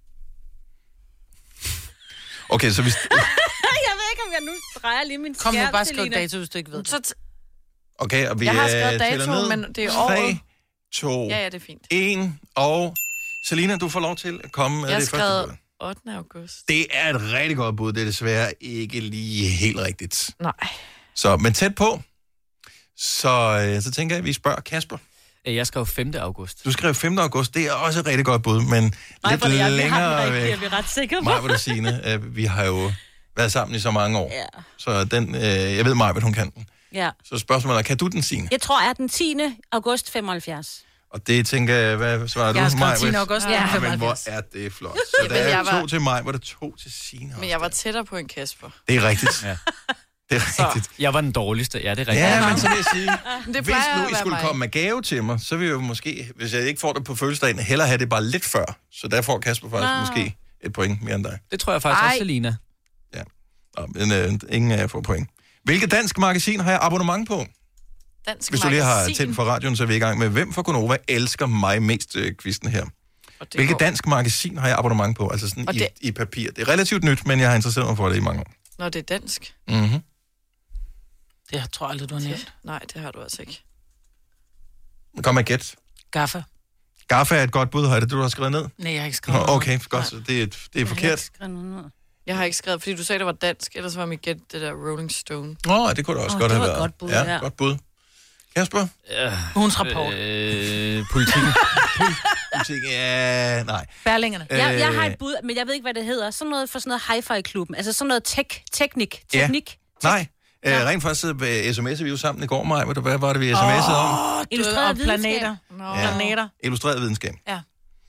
Okay, så hvis... Jeg ved ikke, om jeg nu drejer lige min skærm. Kom nu, bare skriv dato, hvis du ikke ved det. Okay, og vi jeg har skrevet tæller dato, ned. men det er året. 3, 2, Ja, det er fint. 1, og Selina, du får lov til at komme med Jeg det har første skrevet bud. 8. august. Det er et rigtig godt bud. Det er desværre ikke lige helt rigtigt. Nej. Så, men tæt på. Så tænker jeg, at vi spørger Kasper. Jeg skrev 5. august. Du skrev 5. august. Det er også et rigtig godt bud, men lidt længere væk. Det er vi ret sikre på. Maja, vil du sige, vi har jo været sammen i så mange år. Ja. Så den, jeg ved Maja, hun kan den. Ja. Så spørgsmålet er, kan du den, Signe? Jeg tror, er den 10. august 75. Og det tænker jeg, hvad svarer du? Jeg har skrevet Maja? 10. august Men 75. hvor er det flot. Så der er 2 til mig, hvor der 2 til Signe. Men jeg var tættere på en Kasper. Det er rigtigt. Ja. Det er rigtigt. Jeg var den dårligste, ja, det er rigtigt. Ja, men så vil jeg sige, Det hvis plejer nu at I være skulle mig. komme med gave til mig, så vil jeg jo måske, hvis jeg ikke får det på fødselsdagen, hellere have det bare lidt før. Så der får Kasper faktisk måske et point mere end dig. Det tror jeg faktisk også, Selina. Ja, men ingen af jer får point. Hvilket dansk magasin har jeg abonnement på? Dansk Hvis du lige har magasin. tændt for radioen, så er vi i gang med, hvem fra Gonova elsker mig mest quizzen her. Hvilket dansk magasin har jeg abonnement på? Altså sådan i papir. Det er relativt nyt, men jeg har interesseret mig for det i mange år. Nå, det er dansk. Mhm. Det tror jeg aldrig, du har nævnt. Nej, det har du altså ikke. Kom med gæt. Gaffa. Gaffa er et godt bud. Har det du har skrevet ned? Nej, jeg har ikke skrevet noget. Okay, godt. Så det er forkert. Jeg har ikke skrevet, fordi du sagde, det var dansk, ellers var mit gæt det der Rolling Stone. Det kunne det også godt have været. Godt bud, ja, godt bud. Kasper? Ugens rapport. Politikken. Politikken, ja, nej. Berlingerne. Jeg har et bud, men jeg ved ikke, hvad det hedder. Sådan noget for sådan noget hi-fi-klubben. Altså sådan noget teknik. Nej. Rent faktisk sms'ede vi jo sammen i går, Maja. Hvad var det, vi sms'ede om? Illustreret planeter. Illustreret videnskab. Ja.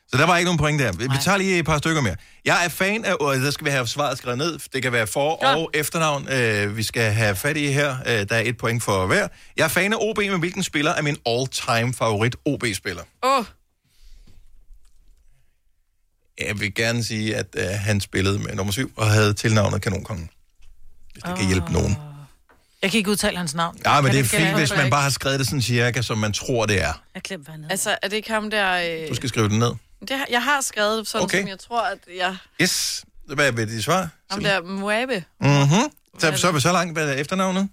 Så der var ikke nogen point der. Vi tager lige et par stykker mere. Jeg er fan af, og der skal vi have svaret skrevet ned. Det kan være for- og efternavn. Vi skal have fat i her. Der er 1 point for hver. Jeg er fan af OB, men hvilken spiller er min all-time favorit OB-spiller? Jeg vil gerne sige, at han spillede med nummer 7 og havde tilnavnet Kanonkongen. Hvis det kan hjælpe nogen. Jeg kan ikke udtale hans navn. Ja, men det er fint, hvis man bare har skrevet det sådan cirka, som man tror, det er. Jeg glemte, hvad han hedder. Altså, er det ikke ham der... Du skal skrive det ned. Jeg har skrevet det sådan, som jeg tror, at jeg... Yes. Hvad er dit svar? Ham der Muabe. Så er vi så langt. Hvad er efternavnet?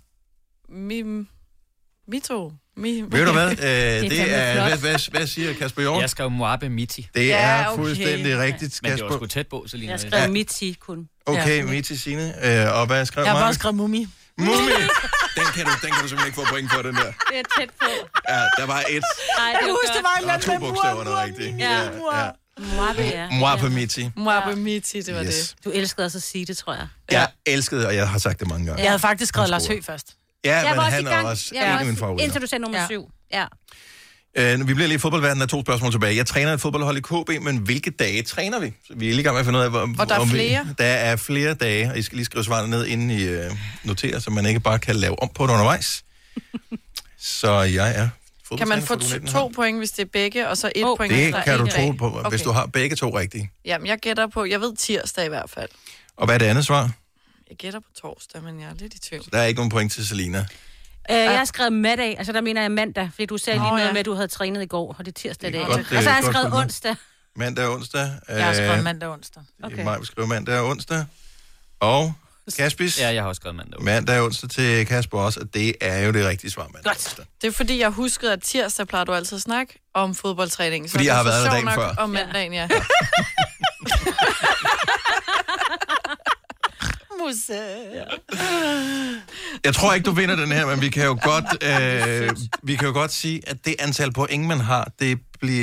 Mito. Ved du hvad? Det er hvad siger Kasper Hjort? Jeg skrev Muabe Miti. Det er fuldstændig rigtigt, Kasper. Men det var sgu tæt på, Selina. Jeg skrev Miti kun. Okay, Miti Signe. Og hvad skrev jeg har Mark? bare skrevet Mumi. Mumi! Den kan du simpelthen ikke få point for, den der. Det er tæt på. Ja, der var et. Jeg kan huske, det var en eller 2 bogstaver, der er rigtigt. Ja. Muabe Miti. Muabe Miti, det var det. Du elskede også at sige det, tror jeg. Jeg elskede, og jeg har sagt det mange gange. Jeg havde faktisk skrevet Lars Høgh først. Ja, men han er også en af mine favoritter. Indtil du sagde nummer 7. Ja. Vi bliver lige i fodboldverdenen af 2 spørgsmål tilbage. Jeg træner et fodboldhold i KB, men hvilke dage træner vi? Så vi er lige i gang med at finde ud af, hvor der er flere. Der er flere dage, og I skal lige skrive svarene ned, inden I noterer, så man ikke bare kan lave om på det undervejs. Så jeg er kan man få 2 point, hvis det er begge, og så 1 point, hvis der er kan du tro dag. på, hvis du har begge 2 rigtige. Jamen, jeg gætter på, jeg ved tirsdag i hvert fald. Og hvad er det andet svar? Jeg gætter på torsdag, men jeg er lidt i tvivl. Så der er ikke nogen point til Selina. Jeg har skrevet mandag, altså der mener jeg mandag, fordi du sagde lige noget med, at du havde trænet i går, og det er tirsdag i dag. Og så har jeg skrevet onsdag. Mandag og onsdag. Jeg har skrevet mandag og onsdag. Okay. Mig vil skrive mandag og onsdag. Og Kaspis? Ja, jeg har også skrevet mandag og onsdag. Mandag og onsdag til Kasper også, og det er jo det rigtige svar, mandag og onsdag. Det er fordi, jeg huskede, at tirsdag plejer du altid at snakke om fodboldtræning. Fordi jeg har været der dagen før. Om mandagen, ja. Jeg tror ikke, du vinder den her, men vi kan jo godt sige, at det antal point, man har, det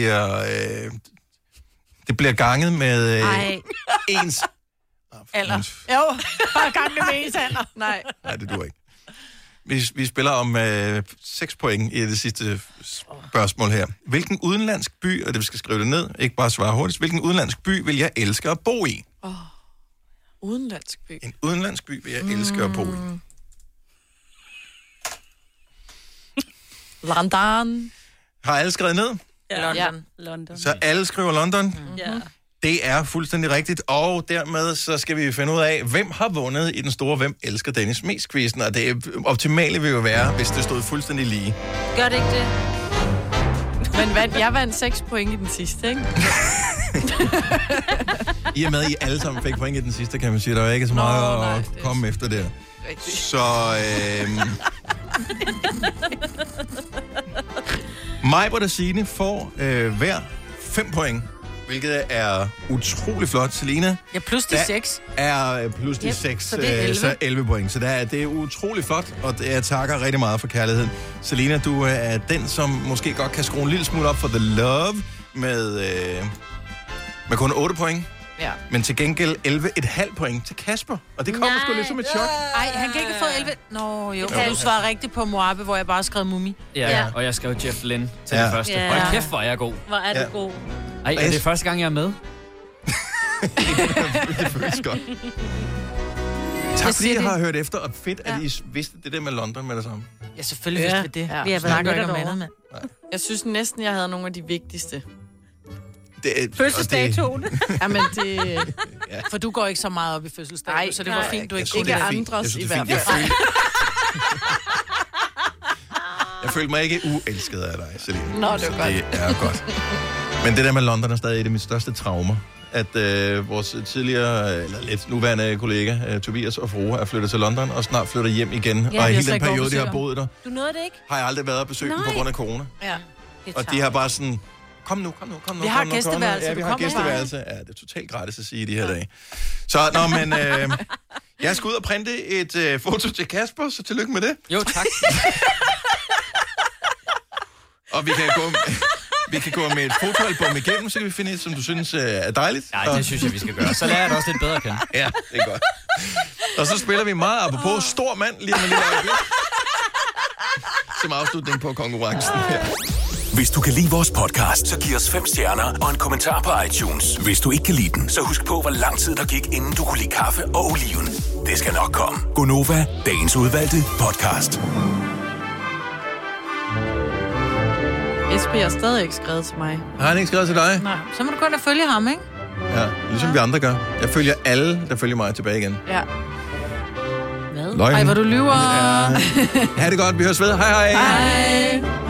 bliver ganget med ens alder. Jo, bare ganget med ens alder. Nej, det duer ikke. Vi spiller om 6 point i det sidste spørgsmål her. Hvilken udenlandsk by, og det vi skal skrive det ned, ikke bare svare hurtigt, hvilken udenlandsk by vil jeg elske at bo i? Udenlandsk by. En udenlandsk by vil jeg elske at bo i. London. Har alle skrevet ned? Ja. London. Så alle skriver London? Ja. Det er fuldstændig rigtigt, og dermed så skal vi finde ud af, hvem har vundet i den store Hvem elsker Dennis mest-quizzen, og det optimale vil jo være, hvis det stod fuldstændig lige. Gør det ikke det? Men jeg vandt 6 point i den sidste, ikke? I og med, I alle sammen fik point i den sidste, kan man sige. Der er ikke så meget at komme efter der. Så Majbert og Signe får hver 5 point, hvilket er utrolig flot. Selina? Ja, plus de 6. Er plus de 6, så det er 11. Så 11 point. Så det er utrolig flot, og jeg takker rigtig meget for kærligheden. Selina, du er den, som måske godt kan skrue en lille smule op for The Love med kun 8 point. Ja. Men til gengæld 11,5 point til Kasper. Og det kommer sgu lidt som et chok. Ej, han kan ikke få 11. Nå, jo. Du svarer rigtigt på Moabe, hvor jeg bare skrev Mumi. Ja, og jeg skrev Jeff Lynne til det første. Ja. Hold kæft, hvor er jeg god. Hvor er du god. Ej, er det første gang, jeg er med? Det føles godt. Tak fordi jeg har hørt efter, og fedt, at I vidste det der med London med det samme. Ja, selvfølgelig vidste vi det. Ja. Vi har været ikke om andet, mand. Jeg synes næsten, jeg havde nogle af de vigtigste. Fødselsdagtogen. Jamen, det... For du går ikke så meget op i fødselsdag, så det var fint, du ikke kunne det. det. Andres i hvert fald. Jeg følte mig ikke uelsket af dig, Selina. Nå, det var godt. Det er godt. Men det der med London er stadig et af mine største traumer. At vores tidligere, eller lidt nuværende kollega, Tobias og Frue, er flyttet til London og snart flytter hjem igen. Ja, og i hele den periode, de har boet der, du nåede det ikke? har jeg aldrig været at besøge dem på grund af corona. Ja. Og de har bare sådan, kom nu. Vi har gæsteværelse. Ja, vi har gæsteværelse. Ja, det er totalt gratis at sige i de her dage. Så, men jeg skal ud og printe et foto til Kasper, så tillykke med det. Jo, tak. Og vi kan gå med et fotoalbum igennem, så kan vi finde et, som du synes er dejligt. Ja, det synes jeg, vi skal gøre. Så lærer jeg det også lidt bedre at kende. Ja, det er godt. Og så spiller vi meget apropos stor mand lige med lille øjeblik. Som afslutning på konkurrencen her. Hvis du kan lide vores podcast, så giv os 5 stjerner og en kommentar på iTunes. Hvis du ikke kan lide den, så husk på, hvor lang tid der gik, inden du kunne lide kaffe og oliven. Det skal nok komme. Gonova, dagens udvalgte podcast. Esben har stadig ikke skrevet til mig. Har han ikke skrevet til dig? Nej, så må du gå ind og følge ham, ikke? Ja, ligesom vi andre gør. Jeg følger alle, der følger mig tilbage igen. Ja. Hvad? Løgn. Ej, hvor du lyver. Ja. Ha' det godt, vi høres ved. Hej hej. Hej.